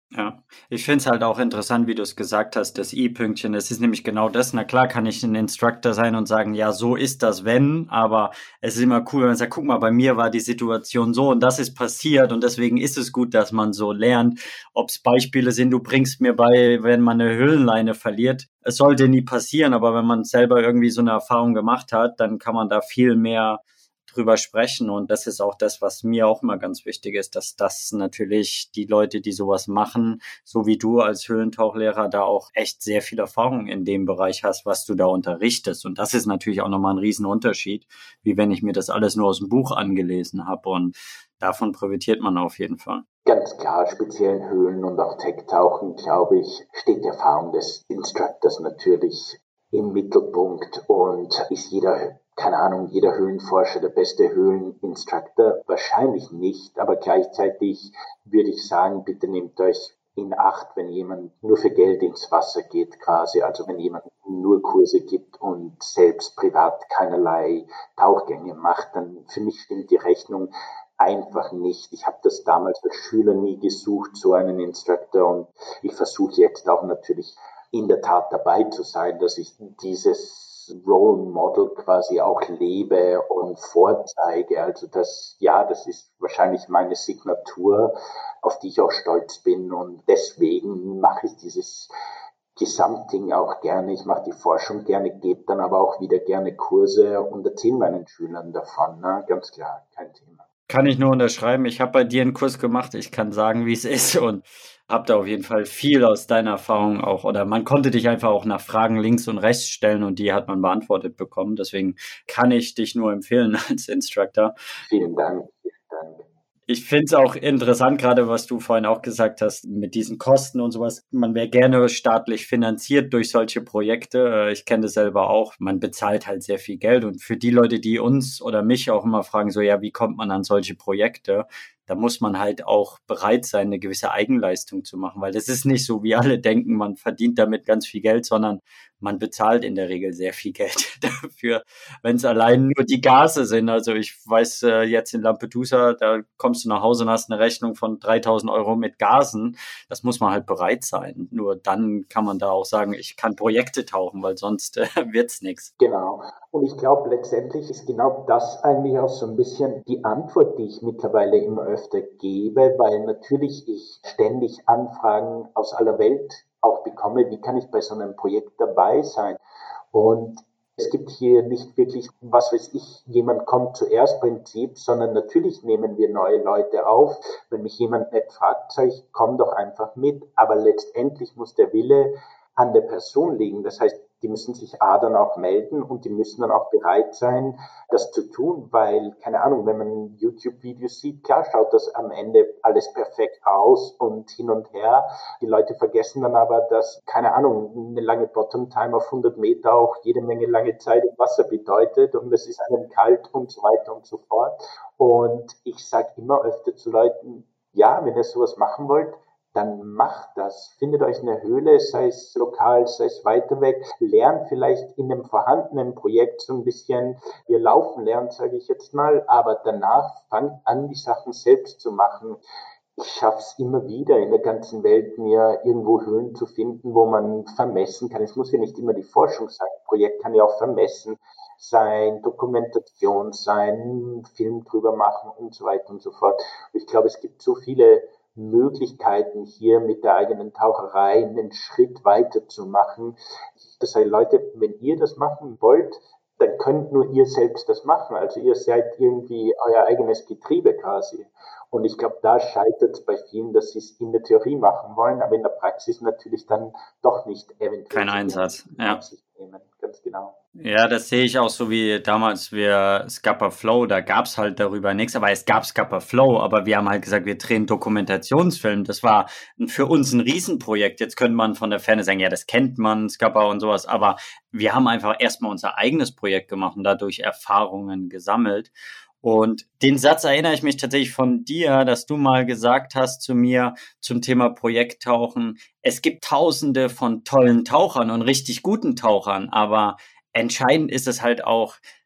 Ja, ich finde es halt auch interessant, wie du es gesagt hast, das I-Pünktchen. Es ist nämlich genau das. Na klar kann ich ein Instructor sein und sagen, ja, so ist das, wenn, aber es ist immer cool, wenn man sagt, guck mal, bei mir war die Situation so und das ist passiert und deswegen ist es gut, dass man so lernt. Ob es Beispiele sind, du bringst mir bei, wenn man eine Höhlenleine verliert. Es sollte nie passieren, aber wenn man selber irgendwie so eine Erfahrung gemacht hat, dann kann man da viel mehr drüber sprechen. Und das ist auch das, was mir auch immer ganz wichtig ist, dass das natürlich die Leute, die sowas machen, so wie du als Höhlentauchlehrer, da auch echt sehr viel Erfahrung in dem Bereich hast, was du da unterrichtest. Und das ist natürlich auch nochmal ein Riesenunterschied, wie wenn ich mir das alles nur aus dem Buch angelesen habe. Und davon profitiert man auf jeden Fall. Ganz klar, speziell in Höhlen und auch Tech-Tauchen, glaube ich, steht die Erfahrung des Instructors natürlich im Mittelpunkt und ist jeder, keine Ahnung, jeder Höhlenforscher der beste Höhleninstructor? Wahrscheinlich nicht, aber gleichzeitig würde ich sagen, bitte nehmt euch in Acht, wenn jemand nur für Geld ins Wasser geht quasi, also wenn jemand nur Kurse gibt und selbst privat keinerlei Tauchgänge macht, dann für mich stimmt die Rechnung einfach nicht. Ich habe das damals als Schüler nie gesucht, so einen Instructor, und ich versuche jetzt auch natürlich in der Tat dabei zu sein, dass ich dieses Role Model quasi auch lebe und vorzeige. Also das, ja, das ist wahrscheinlich meine Signatur, auf die ich auch stolz bin, und deswegen mache ich dieses Gesamtding auch gerne. Ich mache die Forschung gerne, gebe dann aber auch wieder gerne Kurse und erzähle meinen Schülern davon. Ne? Ganz klar, kein Thema. Kann ich nur unterschreiben. Ich habe bei dir einen Kurs gemacht. Ich kann sagen, wie es ist und habe da auf jeden Fall viel aus deiner Erfahrung auch. Oder man konnte dich einfach auch nach Fragen links und rechts stellen und die hat man beantwortet bekommen. Deswegen kann ich dich nur empfehlen als Instructor. Vielen Dank. Vielen Dank. Ich finde es auch interessant, gerade was du vorhin auch gesagt hast, mit diesen Kosten und sowas. Man wäre gerne staatlich finanziert durch solche Projekte. Ich kenne das selber auch. Man bezahlt halt sehr viel Geld. Und für die Leute, die uns oder mich auch immer fragen, so, ja, wie kommt man an solche Projekte? Da muss man halt auch bereit sein, eine gewisse Eigenleistung zu machen, weil das ist nicht so, wie alle denken, man verdient damit ganz viel Geld, sondern man bezahlt in der Regel sehr viel Geld dafür, wenn es allein nur die Gase sind. Also ich weiß jetzt in Lampedusa, da kommst du nach Hause und hast eine Rechnung von 3.000 Euro mit Gasen. Das muss man halt bereit sein. Nur dann kann man da auch sagen, ich kann Projekte tauchen, weil sonst wird's nichts. Genau. Und ich glaube, letztendlich ist genau das eigentlich auch so ein bisschen die Antwort, die ich mittlerweile immer öfter gebe, weil natürlich ich ständig Anfragen aus aller Welt auch bekomme, wie kann ich bei so einem Projekt dabei sein? Und es gibt hier nicht wirklich, was weiß ich, jemand kommt zuerst Prinzip, sondern natürlich nehmen wir neue Leute auf. Wenn mich jemand nicht fragt, sage ich, komm doch einfach mit. Aber letztendlich muss der Wille an der Person liegen. Das heißt, die müssen sich A dann auch melden und die müssen dann auch bereit sein, das zu tun, weil, keine Ahnung, wenn man YouTube-Videos sieht, klar schaut das am Ende alles perfekt aus und hin und her. Die Leute vergessen dann aber, dass, keine Ahnung, eine lange Bottom-Time auf 100 Meter auch jede Menge lange Zeit im Wasser bedeutet und es ist einem kalt und so weiter und so fort. Und ich sage immer öfter zu Leuten, ja, wenn ihr sowas machen wollt, dann macht das. Findet euch eine Höhle, sei es lokal, sei es weiter weg. Lernt vielleicht in einem vorhandenen Projekt so ein bisschen, wir laufen lernen, sage ich jetzt mal, aber danach fangt an, die Sachen selbst zu machen. Ich schaffe es immer wieder in der ganzen Welt, mir irgendwo Höhlen zu finden, wo man vermessen kann. Es muss ja nicht immer die Forschung sein. Ein Projekt kann ja auch vermessen sein, Dokumentation sein, Film drüber machen und so weiter und so fort. Und ich glaube, es gibt so viele Möglichkeiten hier mit der eigenen Taucherei einen Schritt weiter zu machen. Das heißt, Leute, wenn ihr das machen wollt, dann könnt nur ihr selbst das machen. Also ihr seid irgendwie euer eigenes Getriebe quasi. Und ich glaube, da scheitert es bei vielen, dass sie es in der Theorie machen wollen, aber in der Praxis natürlich dann doch nicht eventuell Kein Einsatz, ja. auf sich nehmen. Ganz genau. Ja, das sehe ich auch so wie damals wir Scupper Flow, da gab's halt darüber nichts, aber es gab Scupper Flow, aber wir haben halt gesagt, wir drehen Dokumentationsfilm. Das war für uns ein Riesenprojekt. Jetzt könnte man von der Ferne sagen, ja, das kennt man, Scupper und sowas, aber wir haben einfach erstmal unser eigenes Projekt gemacht und dadurch Erfahrungen gesammelt. Und den Satz erinnere ich mich tatsächlich von dir, dass du mal gesagt hast zu mir zum Thema Projekttauchen, es gibt Tausende von tollen Tauchern und richtig guten Tauchern, aber entscheidend ist es halt auch,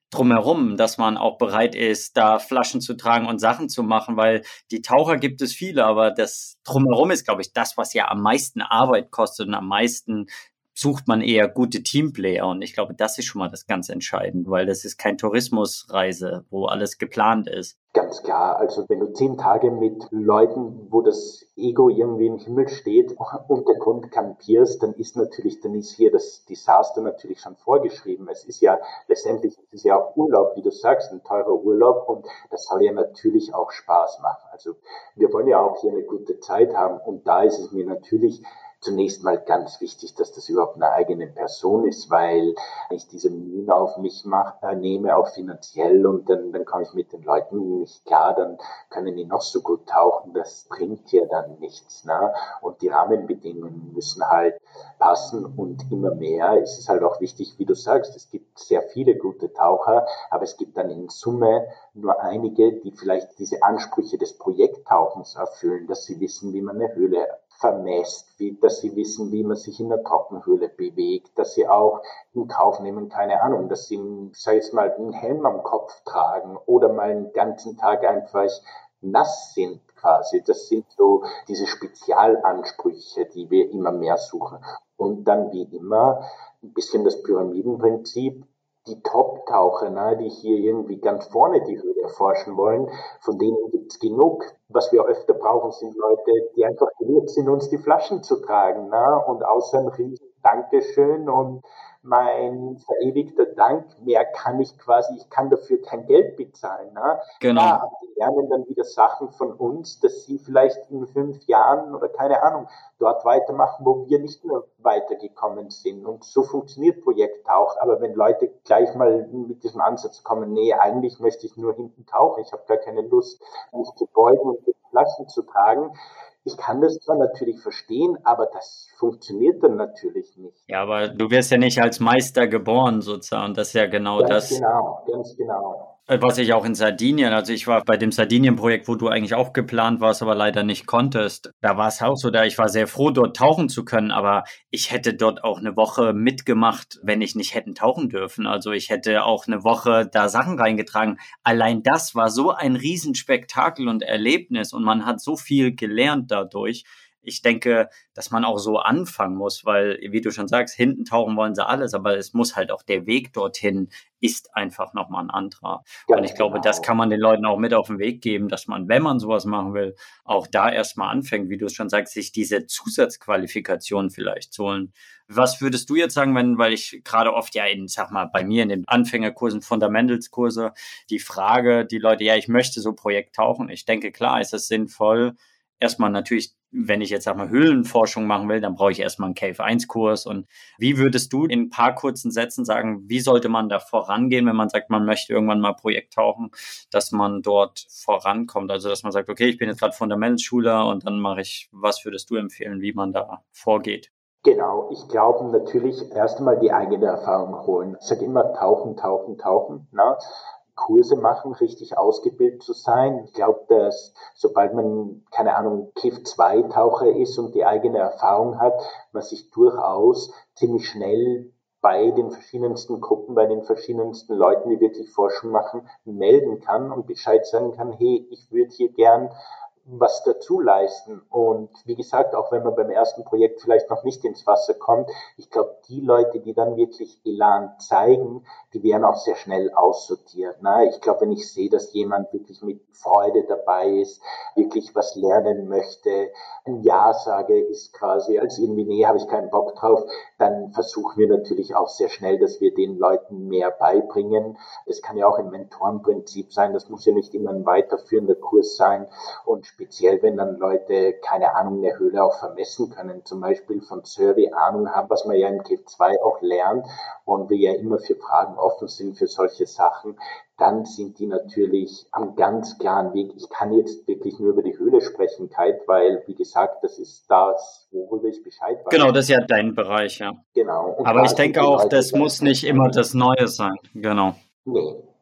drumherum, dass man auch bereit ist, da Flaschen zu tragen und Sachen zu machen, weil die Taucher gibt es viele, aber das drumherum ist, glaube ich, das, was ja am meisten Arbeit kostet und am meisten sucht man eher gute Teamplayer. Und ich glaube, das ist schon mal das ganz Entscheidende, weil das ist kein Tourismusreise, wo alles geplant ist. Ganz klar, also wenn du 10 Tage mit Leuten, wo das Ego irgendwie im Himmel steht, Untergrund kampierst, dann ist hier das Desaster natürlich schon vorgeschrieben. Es ist ja letztendlich, es ist ja auch Urlaub, wie du sagst, ein teurer Urlaub und das soll ja natürlich auch Spaß machen. Also wir wollen ja auch hier eine gute Zeit haben und da ist es mir natürlich zunächst mal ganz wichtig, dass das überhaupt eine eigene Person ist, weil ich diese Mühen auf mich nehme, auch finanziell und dann komme ich mit den Leuten nicht klar, dann können die noch so gut tauchen, das bringt ja dann nichts. Ne? Und die Rahmenbedingungen müssen halt passen und immer mehr ist es halt auch wichtig, wie du sagst, es gibt sehr viele gute Taucher, aber es gibt dann in Summe nur einige, die vielleicht diese Ansprüche des Projekttauchens erfüllen, dass sie wissen, wie man eine Höhle vermesst, dass sie wissen, wie man sich in der Trockenhöhle bewegt, dass sie auch in Kauf nehmen, keine Ahnung, dass sie, sag ich mal, einen Helm am Kopf tragen oder mal einen ganzen Tag einfach nass sind quasi. Das sind so diese Spezialansprüche, die wir immer mehr suchen. Und dann wie immer ein bisschen das Pyramidenprinzip, die Top-Taucher, ne, die hier irgendwie ganz vorne die Höhle erforschen wollen, von denen gibt's genug. Was wir öfter brauchen, sind Leute, die einfach gewillt sind, uns die Flaschen zu tragen. Ne? Und außer ein riesen Dankeschön und mein verewigter Dank, mehr kann ich kann dafür kein Geld bezahlen. Ne? Genau. Ja, aber die lernen dann wieder Sachen von uns, dass sie vielleicht in 5 Jahren oder keine Ahnung, dort weitermachen, wo wir nicht mehr weitergekommen sind. Und so funktioniert Projekt auch. Aber wenn Leute gleich mal mit diesem Ansatz kommen, nee, eigentlich möchte ich nur hinten tauchen, ich habe gar keine Lust, mich zu beugen und Flaschen zu tragen. Ich kann das zwar natürlich verstehen, aber das funktioniert dann natürlich nicht. Ja, aber du wirst ja nicht als Meister geboren sozusagen. Das ist ja genau Ganz das, genau, ganz genau. was ich auch in Sardinien, also ich war bei dem Sardinien-Projekt, wo du eigentlich auch geplant warst, aber leider nicht konntest. Da war es auch so, ich war sehr froh, dort tauchen zu können, aber ich hätte dort auch eine Woche mitgemacht, wenn ich nicht hätten tauchen dürfen. Also ich hätte auch eine Woche da Sachen reingetragen. Allein das war so ein Riesenspektakel und Erlebnis und man hat so viel gelernt dadurch. Ich denke, dass man auch so anfangen muss, weil, wie du schon sagst, hinten tauchen wollen sie alles, aber es muss halt auch der Weg dorthin ist einfach nochmal ein anderer. Und ich glaube, das kann man den Leuten auch mit auf den Weg geben, dass man, wenn man sowas machen will, auch da erstmal anfängt, wie du es schon sagst, sich diese Zusatzqualifikation vielleicht zu holen. Was würdest du jetzt sagen, weil ich gerade oft ja sag mal, bei mir in den Anfängerkursen, Fundamentals-Kurse, die Frage, die Leute, ja, ich möchte so Projekt tauchen. Ich denke, klar, ist es sinnvoll, erstmal natürlich, wenn ich jetzt sag mal Höhlenforschung machen will, dann brauche ich erstmal einen Cave-1-Kurs. Und wie würdest du in ein paar kurzen Sätzen sagen, wie sollte man da vorangehen, wenn man sagt, man möchte irgendwann mal Projekt tauchen, dass man dort vorankommt? Also, dass man sagt, okay, ich bin jetzt gerade Fundamentsschüler und dann was würdest du empfehlen, wie man da vorgeht? Genau, ich glaube natürlich erst einmal die eigene Erfahrung holen. Ich sage immer tauchen, tauchen, tauchen. Ne? Kurse machen, richtig ausgebildet zu sein. Ich glaube, dass sobald man, keine Ahnung, KIF-2-Taucher ist und die eigene Erfahrung hat, man sich durchaus ziemlich schnell bei den verschiedensten Gruppen, bei den verschiedensten Leuten, die wirklich Forschung machen, melden kann und Bescheid sagen kann, hey, ich würde hier gern was dazu leisten. Und wie gesagt, auch wenn man beim ersten Projekt vielleicht noch nicht ins Wasser kommt, ich glaube, die Leute, die dann wirklich Elan zeigen, die werden auch sehr schnell aussortiert. Ne? Ich glaube, wenn ich sehe, dass jemand wirklich mit Freude dabei ist, wirklich was lernen möchte, ein Ja sage, ist quasi als irgendwie, nee, habe ich keinen Bock drauf, dann versuchen wir natürlich auch sehr schnell, dass wir den Leuten mehr beibringen. Das kann ja auch im Mentorenprinzip sein, das muss ja nicht immer ein weiterführender Kurs sein. Und speziell, wenn dann Leute, keine Ahnung, eine Höhle auch vermessen können, zum Beispiel von Survey Ahnung haben, was man ja im KIF-2 auch lernt und wir ja immer für Fragen offen sind für solche Sachen, dann sind die natürlich am ganz klaren Weg. Ich kann jetzt wirklich nur über die Höhle sprechen, Kai, weil, wie gesagt, das ist das, worüber ich Bescheid weiß. Genau, das ist ja dein Bereich, ja. Genau. Und aber ich denke auch, das muss nicht immer das Neue sein. Genau. Nee, nee.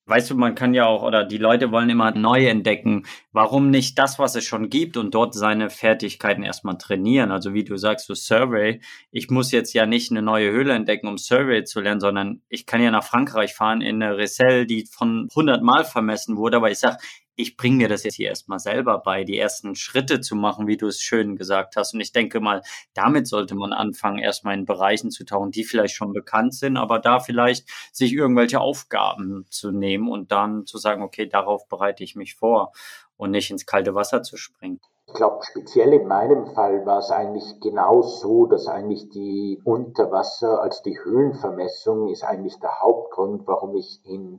Weißt du, man kann ja auch, oder die Leute wollen immer neu entdecken. Warum nicht das, was es schon gibt und dort seine Fertigkeiten erstmal trainieren? Also wie du sagst, so Survey. Ich muss jetzt ja nicht eine neue Höhle entdecken, um Survey zu lernen, sondern ich kann ja nach Frankreich fahren in eine Recelle, die von 100 Mal vermessen wurde. Aber ich sag, ich bringe mir das jetzt hier erstmal selber bei, die ersten Schritte zu machen, wie du es schön gesagt hast. Und ich denke mal, damit sollte man anfangen, erstmal in Bereichen zu tauchen, die vielleicht schon bekannt sind, aber da vielleicht sich irgendwelche Aufgaben zu nehmen und dann zu sagen, okay, darauf bereite ich mich vor und nicht ins kalte Wasser zu springen. Ich glaube, speziell in meinem Fall war es eigentlich genau so, dass eigentlich die Unterwasser, also die Höhlenvermessung ist eigentlich der Hauptgrund, warum ich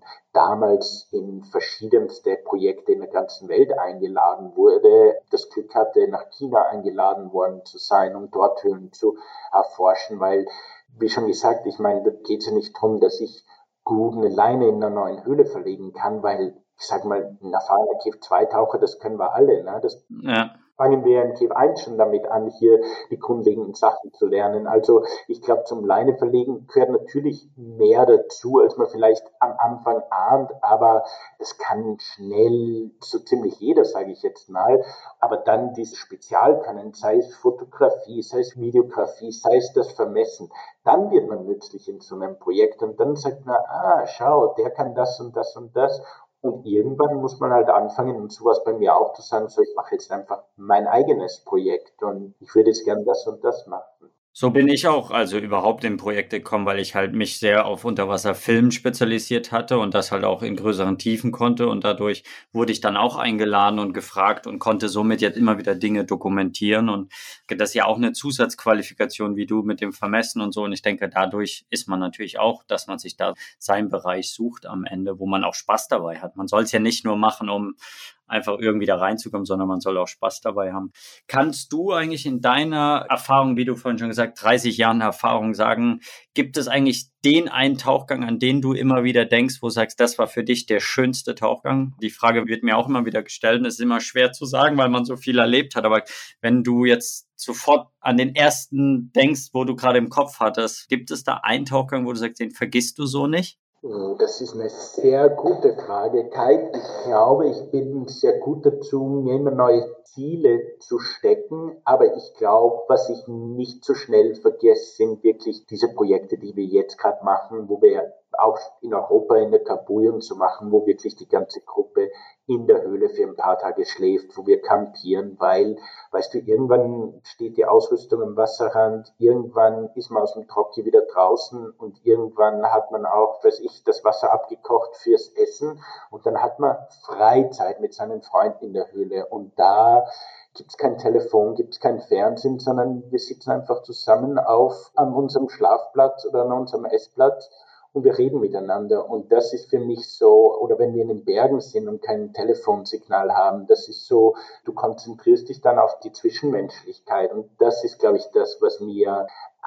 damals in verschiedenste Projekte in der ganzen Welt eingeladen wurde. Das Glück hatte, nach China eingeladen worden zu sein, um dort Höhlen zu erforschen, weil, wie schon gesagt, ich meine, da geht es ja nicht darum, dass ich gut eine Leine in einer neuen Höhle verlegen kann, weil ich sag mal, ein erfahrener Cave-2-Taucher, das können wir alle. Ne? Das Ja. fangen wir im Cave 1 schon damit an, hier die grundlegenden Sachen zu lernen. Also ich glaube, zum Leine verlegen gehört natürlich mehr dazu, als man vielleicht am Anfang ahnt, aber es kann schnell so ziemlich jeder, sage ich jetzt mal. Aber dann dieses Spezialkönnen, sei es Fotografie, sei es Videografie, sei es das Vermessen, dann wird man nützlich in so einem Projekt und dann sagt man, schau, der kann das und das und das. Und irgendwann muss man halt anfangen, und sowas bei mir auch zu sagen, so, ich mache jetzt einfach mein eigenes Projekt und ich würde jetzt gern das und das machen. So bin ich auch also überhaupt in Projekte gekommen, weil ich halt mich sehr auf Unterwasserfilm spezialisiert hatte und das halt auch in größeren Tiefen konnte und dadurch wurde ich dann auch eingeladen und gefragt und konnte somit jetzt immer wieder Dinge dokumentieren und das ist ja auch eine Zusatzqualifikation wie du mit dem Vermessen und so und ich denke, dadurch ist man natürlich auch, dass man sich da seinen Bereich sucht am Ende, wo man auch Spaß dabei hat. Man soll es ja nicht nur machen, um einfach irgendwie da reinzukommen, sondern man soll auch Spaß dabei haben. Kannst du eigentlich in deiner Erfahrung, wie du vorhin schon gesagt, 30 Jahren Erfahrung sagen, gibt es eigentlich den einen Tauchgang, an den du immer wieder denkst, wo du sagst, das war für dich der schönste Tauchgang? Die Frage wird mir auch immer wieder gestellt und es ist immer schwer zu sagen, weil man so viel erlebt hat. Aber wenn du jetzt sofort an den ersten denkst, wo du gerade im Kopf hattest, gibt es da einen Tauchgang, wo du sagst, den vergisst du so nicht? Das ist eine sehr gute Frage, Kai. Ich glaube, ich bin sehr gut dazu, mir immer neue Ziele zu stecken. Aber ich glaube, was ich nicht so schnell vergesse, sind wirklich diese Projekte, die wir jetzt gerade machen, wo wir auch in Europa in der Kabuyon zu machen, wo wirklich die ganze Gruppe in der Höhle für ein paar Tage schläft, wo wir campieren, weil, weißt du, irgendwann steht die Ausrüstung am Wasserrand, irgendwann ist man aus dem Trocki wieder draußen und irgendwann hat man auch, weiß ich, das Wasser abgekocht fürs Essen und dann hat man Freizeit mit seinen Freunden in der Höhle und da gibt's kein Telefon, gibt's kein Fernsehen, sondern wir sitzen einfach zusammen an unserem Schlafplatz oder an unserem Essplatz und wir reden miteinander. Und das ist für mich so, oder wenn wir in den Bergen sind und kein Telefonsignal haben, das ist so, du konzentrierst dich dann auf die Zwischenmenschlichkeit. Und das ist, glaube ich, das, was mir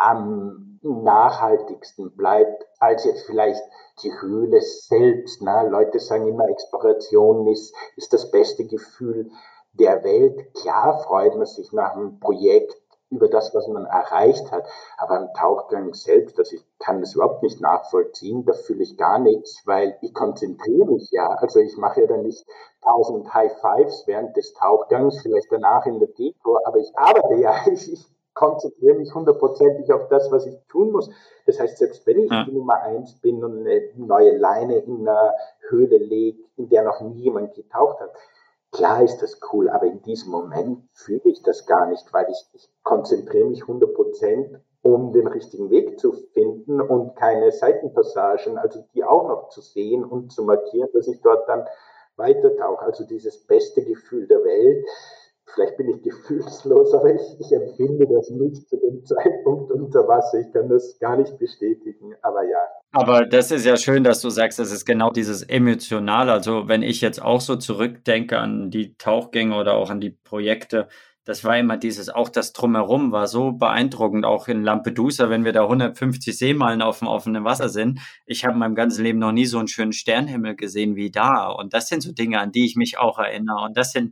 am nachhaltigsten bleibt, als jetzt vielleicht die Höhle selbst. Ne? Leute sagen immer, Exploration ist das beste Gefühl der Welt. Klar freut man sich nach einem Projekt über das, was man erreicht hat. Aber im Tauchgang selbst, also ich kann das überhaupt nicht nachvollziehen, da fühle ich gar nichts, weil ich konzentriere mich ja. Also ich mache ja dann nicht 1000 High Fives während des Tauchgangs, vielleicht danach in der Deko, aber ich arbeite ja, ich konzentriere mich hundertprozentig auf das, was ich tun muss. Das heißt, selbst wenn ich die Nummer 1 bin und eine neue Leine in einer Höhle lege, in der noch nie jemand getaucht hat, klar ist das cool, aber in diesem Moment fühle ich das gar nicht, weil ich konzentriere mich 100%, um den richtigen Weg zu finden und keine Seitenpassagen, also die auch noch zu sehen und zu markieren, dass ich dort dann weitertauche. Also dieses beste Gefühl der Welt. Vielleicht bin ich gefühlslos, aber ich empfinde das nicht zu dem Zeitpunkt unter Wasser. Ich kann das gar nicht bestätigen, aber ja. Aber das ist ja schön, dass du sagst, das ist genau dieses Emotionale. Also wenn ich jetzt auch so zurückdenke an die Tauchgänge oder auch an die Projekte, das war immer dieses, auch das Drumherum war so beeindruckend, auch in Lampedusa, wenn wir da 150 Seemeilen auf dem offenen Wasser sind. Ich habe in meinem ganzen Leben noch nie so einen schönen Sternenhimmel gesehen wie da. Und das sind so Dinge, an die ich mich auch erinnere. Und das sind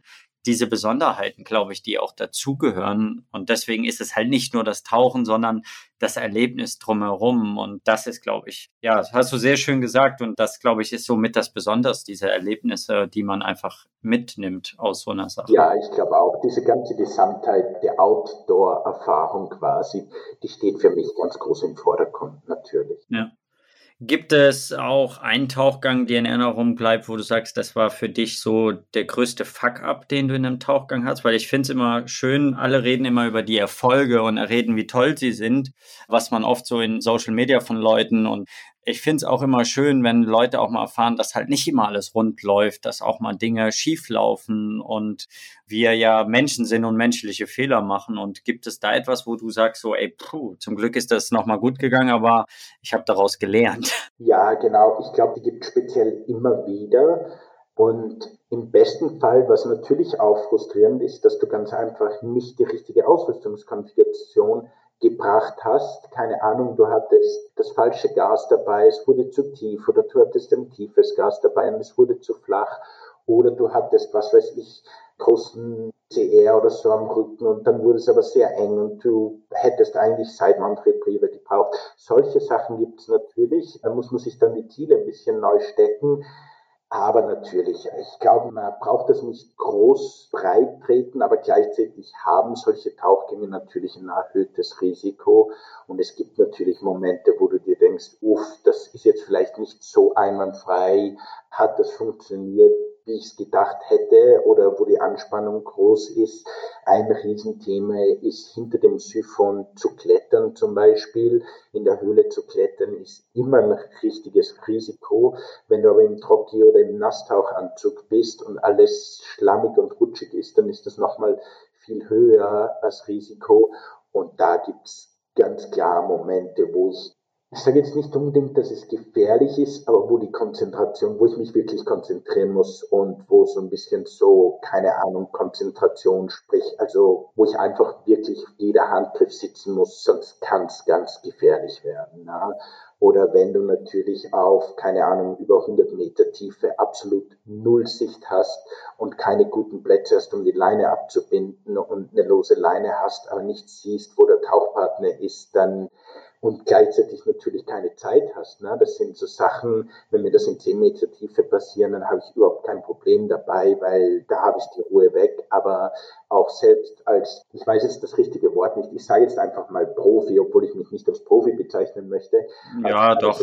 diese Besonderheiten, glaube ich, die auch dazugehören. Und deswegen ist es halt nicht nur das Tauchen, sondern das Erlebnis drumherum. Und das ist, glaube ich, ja, das hast du sehr schön gesagt. Und das, glaube ich, ist somit das Besonders, diese Erlebnisse, die man einfach mitnimmt aus so einer Sache. Ja, ich glaube auch, diese ganze Gesamtheit der Outdoor-Erfahrung quasi, die steht für mich ganz groß im Vordergrund, natürlich. Ja. Gibt es auch einen Tauchgang, der in Erinnerung bleibt, wo du sagst, das war für dich so der größte Fuck-up, den du in einem Tauchgang hast? Weil ich finde es immer schön, alle reden immer über die Erfolge und reden, wie toll sie sind, was man oft so in Social Media von Leuten, und ich finde es auch immer schön, wenn Leute auch mal erfahren, dass halt nicht immer alles rund läuft, dass auch mal Dinge schief laufen und wir ja Menschen sind und menschliche Fehler machen. Und gibt es da etwas, wo du sagst, so, ey, zum Glück ist das nochmal gut gegangen, aber ich habe daraus gelernt? Ja, genau. Ich glaube, die gibt es speziell immer wieder. Und im besten Fall, was natürlich auch frustrierend ist, dass du ganz einfach nicht die richtige Ausrüstungskonfiguration gebracht hast. Keine Ahnung, du hattest das falsche Gas dabei, es wurde zu tief, oder du hattest ein tiefes Gas dabei und es wurde zu flach, oder du hattest, was weiß ich, großen CR oder so am Rücken und dann wurde es aber sehr eng und du hättest eigentlich Seitenantriebbriefe gebraucht. Solche Sachen gibt es natürlich. Da muss man sich dann die Ziele ein bisschen neu stecken. Aber natürlich, ich glaube, man braucht das nicht groß breit treten, aber gleichzeitig haben solche Tauchgänge natürlich ein erhöhtes Risiko. Und es gibt natürlich Momente, wo du dir denkst, uff, das ist jetzt vielleicht nicht so einwandfrei, hat das funktioniert, wie ich es gedacht hätte, oder wo die Anspannung groß ist. Ein Riesenthema ist, hinter dem Siphon zu klettern zum Beispiel. In der Höhle zu klettern ist immer ein richtiges Risiko. Wenn du aber im Trocki oder im Nasstauchanzug bist und alles schlammig und rutschig ist, dann ist das nochmal viel höher als Risiko. Und da gibt's ganz klar Momente, wo ich sage jetzt nicht unbedingt, dass es gefährlich ist, aber wo die Konzentration, wo ich mich wirklich konzentrieren muss und wo so ein bisschen so, keine Ahnung, Konzentration, sprich, also wo ich einfach wirklich jeder Handgriff sitzen muss, sonst kann es ganz gefährlich werden. Ne? Oder wenn du natürlich auf, keine Ahnung, über 100 Meter Tiefe absolut null Sicht hast und keine guten Plätze hast, um die Leine abzubinden und eine lose Leine hast, aber nicht siehst, wo der Tauchpartner ist, dann und gleichzeitig natürlich keine Zeit hast. Ne? Das sind so Sachen, wenn mir das in 10 Meter Tiefe passieren, dann habe ich überhaupt kein Problem dabei, weil da habe ich die Ruhe weg. Aber auch selbst als, ich weiß jetzt das richtige Wort nicht, ich sage jetzt einfach mal Profi, obwohl ich mich nicht als Profi bezeichnen möchte. Ja, doch.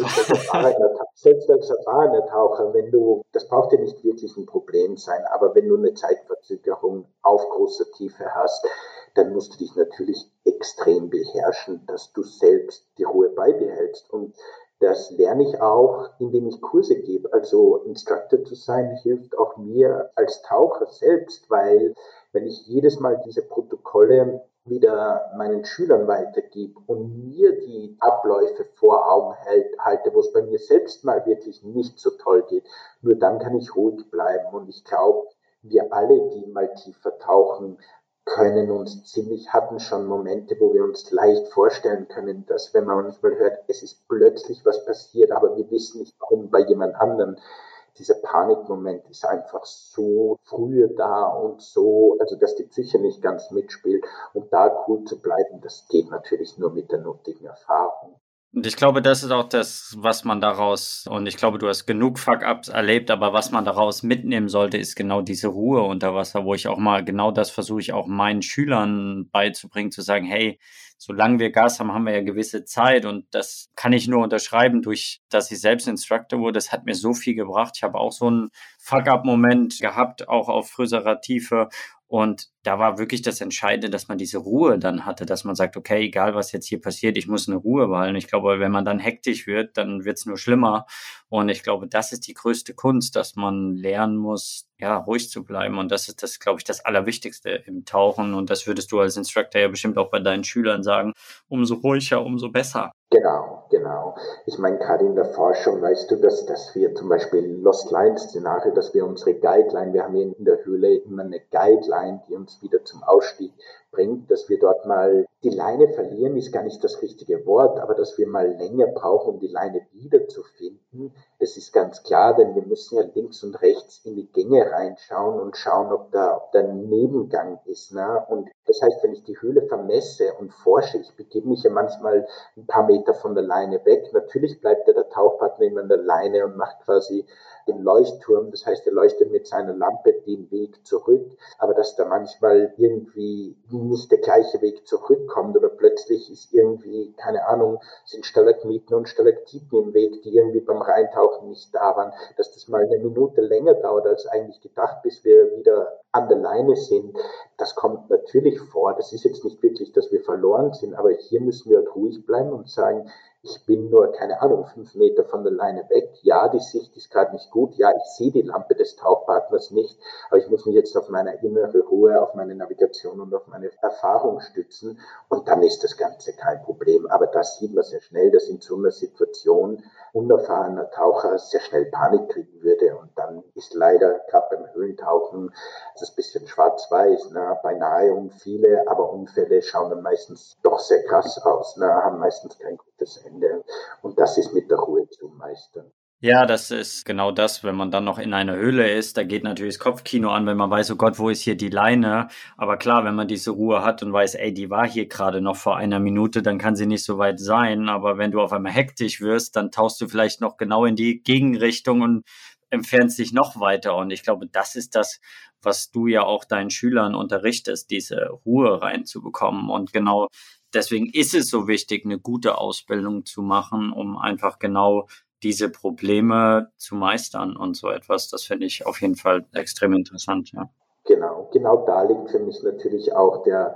Selbst als erfahrener Taucher, wenn du, das braucht ja nicht wirklich ein Problem sein, aber wenn du eine Zeitverzögerung auf großer Tiefe hast, dann musst du dich natürlich extrem beherrschen, dass du selbst die Ruhe beibehältst. Und das lerne ich auch, indem ich Kurse gebe. Also Instructor zu sein hilft auch mir als Taucher selbst, weil wenn ich jedes Mal diese Protokolle wieder meinen Schülern weitergebe und mir die Abläufe vor Augen halte, wo es bei mir selbst mal wirklich nicht so toll geht, nur dann kann ich ruhig bleiben. Und ich glaube, wir alle, die mal tiefer tauchen, können uns hatten schon Momente, wo wir uns leicht vorstellen können, dass wenn man uns mal hört, es ist plötzlich was passiert, aber wir wissen nicht warum bei jemand anderem. Dieser Panikmoment ist einfach so früh da und so, also dass die Psyche nicht ganz mitspielt und da cool zu bleiben, das geht natürlich nur mit der nötigen Erfahrung. Und ich glaube, das ist auch das, was man daraus, und ich glaube, du hast genug Fuck-ups erlebt, aber was man daraus mitnehmen sollte, ist genau diese Ruhe unter Wasser, wo ich auch mal, genau das versuche ich auch meinen Schülern beizubringen, zu sagen, hey, solange wir Gas haben, haben wir ja gewisse Zeit, und das kann ich nur unterschreiben, durch, dass ich selbst Instructor wurde. Das hat mir so viel gebracht. Ich habe auch so einen Fuck-up-Moment gehabt, auch auf größerer Tiefe. Und da war wirklich das Entscheidende, dass man diese Ruhe dann hatte, dass man sagt, okay, egal was jetzt hier passiert, ich muss eine Ruhe behalten. Ich glaube, wenn man dann hektisch wird, dann wird es nur schlimmer. Und ich glaube, das ist die größte Kunst, dass man lernen muss, ja, ruhig zu bleiben. Und das ist das, glaube ich, das Allerwichtigste im Tauchen. Und das würdest du als Instructor ja bestimmt auch bei deinen Schülern sagen. Umso ruhiger, umso besser. Genau, genau. Ich meine, gerade in der Forschung weißt du, dass wir zum Beispiel Lost Line Szenario, dass wir unsere Guideline, wir haben in der Höhle immer eine Guideline, die uns wieder zum Ausstieg bringt, dass wir dort mal die Leine verlieren, ist gar nicht das richtige Wort, aber dass wir mal länger brauchen, um die Leine wiederzufinden. Das ist ganz klar, denn wir müssen ja links und rechts in die Gänge reinschauen und schauen, ob da ein Nebengang ist. Ne? Und das heißt, wenn ich die Höhle vermesse und forsche, ich begebe mich ja manchmal ein paar Meter von der Leine weg. Natürlich bleibt ja der Tauchpartner immer an der Leine und macht quasi den Leuchtturm. Das heißt, er leuchtet mit seiner Lampe den Weg zurück. Aber dass da manchmal irgendwie nicht der gleiche Weg zurückkommt oder plötzlich ist irgendwie, keine Ahnung, sind Stalagmiten und Stalaktiten im Weg, die irgendwie beim Reintauchen nicht da waren, dass das mal eine Minute länger dauert als eigentlich gedacht, bis wir wieder an der Leine sind. Das kommt natürlich vor. Das ist jetzt nicht wirklich, dass wir verloren sind, aber hier müssen wir halt ruhig bleiben und sagen, ich bin nur, keine Ahnung, 5 Meter von der Leine weg. Ja, die Sicht ist gerade nicht gut. Ja, ich sehe die Lampe des Tauchpartners nicht, aber ich muss mich jetzt auf meine innere Ruhe, auf meine Navigation und auf meine Erfahrung stützen und dann ist das Ganze kein Problem. Aber das sieht man sehr schnell, dass in so einer Situation unerfahrener Taucher sehr schnell Panik kriegen würde und dann ist leider gerade beim Höhlentauchen das bisschen schwarz-weiß, ne? Beinahe Unfälle, aber Unfälle schauen dann meistens doch sehr krass aus, ne? Haben meistens kein gutes Ende. Und das ist mit der Ruhe zu meistern. Ja, das ist genau das, wenn man dann noch in einer Höhle ist, da geht natürlich das Kopfkino an, wenn man weiß, oh Gott, wo ist hier die Leine? Aber klar, wenn man diese Ruhe hat und weiß, ey, die war hier gerade noch vor einer Minute, dann kann sie nicht so weit sein. Aber wenn du auf einmal hektisch wirst, dann tauchst du vielleicht noch genau in die Gegenrichtung und entfernst dich noch weiter. Und ich glaube, das ist das, was du ja auch deinen Schülern unterrichtest, diese Ruhe reinzubekommen. Und genau deswegen ist es so wichtig, eine gute Ausbildung zu machen, um einfach genau diese Probleme zu meistern und so etwas. Das finde ich auf jeden Fall extrem interessant, ja. Genau, genau da liegt für mich natürlich auch der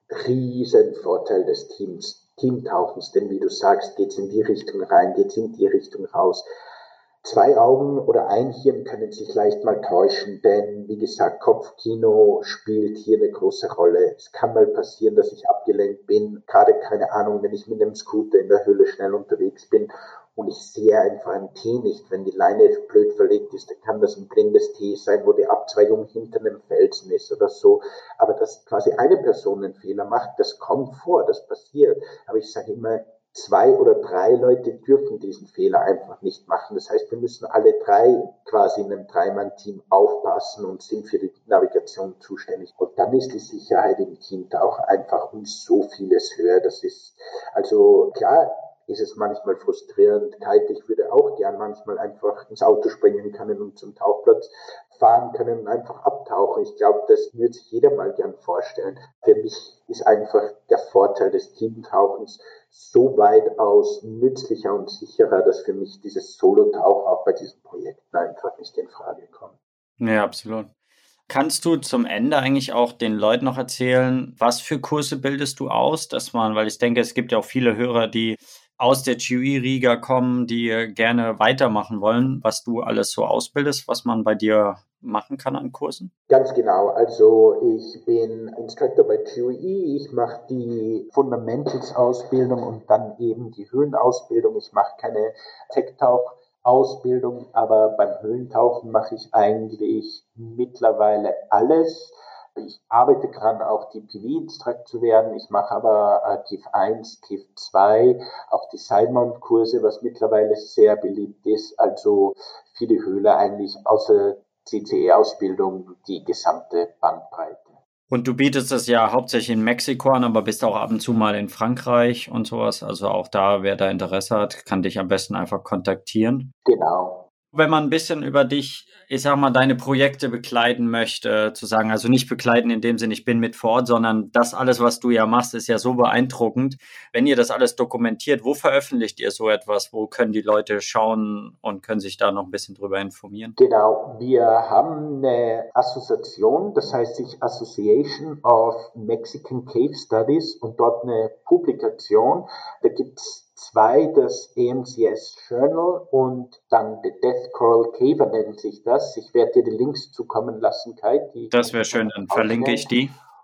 riesen Vorteil des Teamtauchens, denn wie du sagst, geht es in die Richtung rein, geht es in die Richtung raus. Zwei Augen oder ein Hirn können sich leicht mal täuschen, denn wie gesagt, Kopfkino spielt hier eine große Rolle. Es kann mal passieren, dass ich abgelenkt bin, gerade keine Ahnung, wenn ich mit einem Scooter in der Höhle schnell unterwegs bin und ich sehe einfach ein T nicht. Wenn die Leine blöd verlegt ist, dann kann das ein blindes T sein, wo die Abzweigung hinter einem Felsen ist oder so. Aber dass quasi eine Person einen Fehler macht, das kommt vor, das passiert. Aber ich sage immer, 2 oder 3 Leute dürfen diesen Fehler einfach nicht machen. Das heißt, wir müssen alle 3 quasi in einem Dreimann-Team aufpassen und sind für die Navigation zuständig. Und dann ist die Sicherheit im Team da auch einfach um so vieles höher. Das ist, also klar, ist es manchmal frustrierend. Kalt, ich würde auch gern manchmal einfach ins Auto springen können und zum Tauchplatz fahren können und einfach abtauchen. Ich glaube, das würde sich jeder mal gern vorstellen. Für mich ist einfach der Vorteil des Teamtauchens so weitaus nützlicher und sicherer, dass für mich dieses Solo-Tauchen auch bei diesen Projekten einfach nicht in Frage kommt. Ja, absolut. Kannst du zum Ende eigentlich auch den Leuten noch erzählen, was für Kurse bildest du aus, weil ich denke, es gibt ja auch viele Hörer, die aus der GUI-Riga kommen, die gerne weitermachen wollen, was du alles so ausbildest, was man bei dir machen kann an Kursen? Ganz genau. Also ich bin Instructor bei GUI. Ich mache die Fundamentals-Ausbildung und dann eben die Höhlenausbildung. Ich mache keine Tech-Tauch-Ausbildung, aber beim Höhlentauchen mache ich eigentlich mittlerweile alles. Ich arbeite gerade auch die PV-Instruct zu werden. Ich mache aber TIF 1, TIF 2, auch die Sidemount-Kurse, was mittlerweile sehr beliebt ist. Also für die Höhle eigentlich außer CCE-Ausbildung die gesamte Bandbreite. Und du bietest das ja hauptsächlich in Mexiko an, aber bist auch ab und zu mal in Frankreich und sowas. Also auch da, wer da Interesse hat, kann dich am besten einfach kontaktieren. Genau. Wenn man ein bisschen über dich, ich sag mal, deine Projekte begleiten möchte, zu sagen, also nicht begleiten in dem Sinne, ich bin mit vor Ort, sondern das alles, was du ja machst, ist ja so beeindruckend. Wenn ihr das alles dokumentiert, wo veröffentlicht ihr so etwas? Wo können die Leute schauen und können sich da noch ein bisschen drüber informieren? Genau, wir haben eine Assoziation, das heißt sich Association of Mexican Cave Studies und dort eine Publikation. Da gibt's 2, das AMCS Journal und dann The Death Coral Caver nennt sich das. Ich werde dir die Links zukommen lassen, Kai. Das wäre schön, dann verlinke ich die.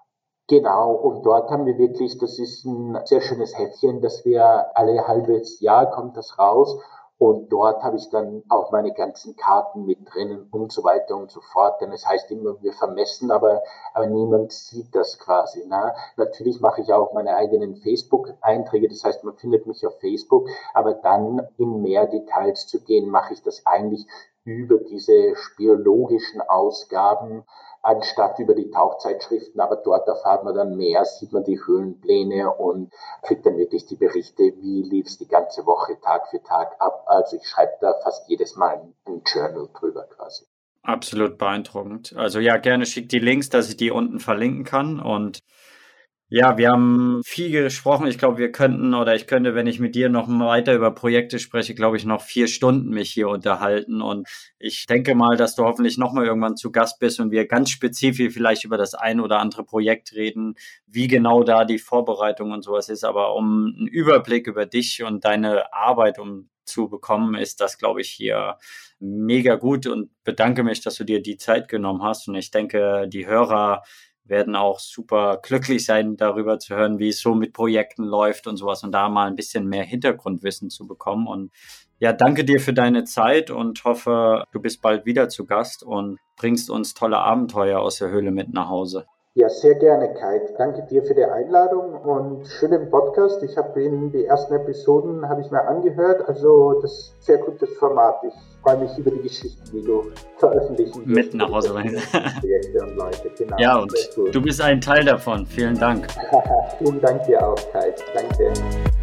Genau, und dort haben wir wirklich, das ist ein sehr schönes Häppchen, dass wir alle halbes Jahr kommt das raus und dort habe ich dann auch meine ganzen Karten mit drinnen und so weiter und so fort, denn es heißt immer, wir vermessen, aber niemand sieht das quasi. Ne? Natürlich mache ich auch meine eigenen Facebook-Einträge, das heißt, man findet mich auf Facebook, aber dann in mehr Details zu gehen, mache ich das eigentlich über diese speleologischen Ausgaben, anstatt über die Tauchzeitschriften, aber dort erfahrt man dann mehr, sieht man die Höhlenpläne und kriegt dann wirklich die Berichte, wie lief es die ganze Woche Tag für Tag ab. Also ich schreibe da fast jedes Mal ein Journal drüber quasi. Absolut beeindruckend. Also ja, gerne schickt die Links, dass ich die unten verlinken kann. Und ja, wir haben viel gesprochen. Ich glaube, ich könnte, wenn ich mit dir noch weiter über Projekte spreche, glaube ich, noch 4 Stunden mich hier unterhalten. Und ich denke mal, dass du hoffentlich nochmal irgendwann zu Gast bist und wir ganz spezifisch vielleicht über das ein oder andere Projekt reden, wie genau da die Vorbereitung und sowas ist. Aber um einen Überblick über dich und deine Arbeit zu bekommen, ist das, glaube ich, hier mega gut und bedanke mich, dass du dir die Zeit genommen hast. Und ich denke, die Hörer werden auch super glücklich sein, darüber zu hören, wie es so mit Projekten läuft und sowas und da mal ein bisschen mehr Hintergrundwissen zu bekommen. Und ja, danke dir für deine Zeit und hoffe, du bist bald wieder zu Gast und bringst uns tolle Abenteuer aus der Höhle mit nach Hause. Ja, sehr gerne, Kai. Danke dir für die Einladung und schönen Podcast. Ich habe die ersten Episoden habe ich mir angehört. Also das ist ein sehr gutes Format. Ich freue mich über die Geschichten, die du veröffentlichen mit nach Hause bringen. Projekte und Leute. Genau. Ja, und du bist ein Teil davon. Vielen Dank. Vielen Dank dir auch, Kai. Danke.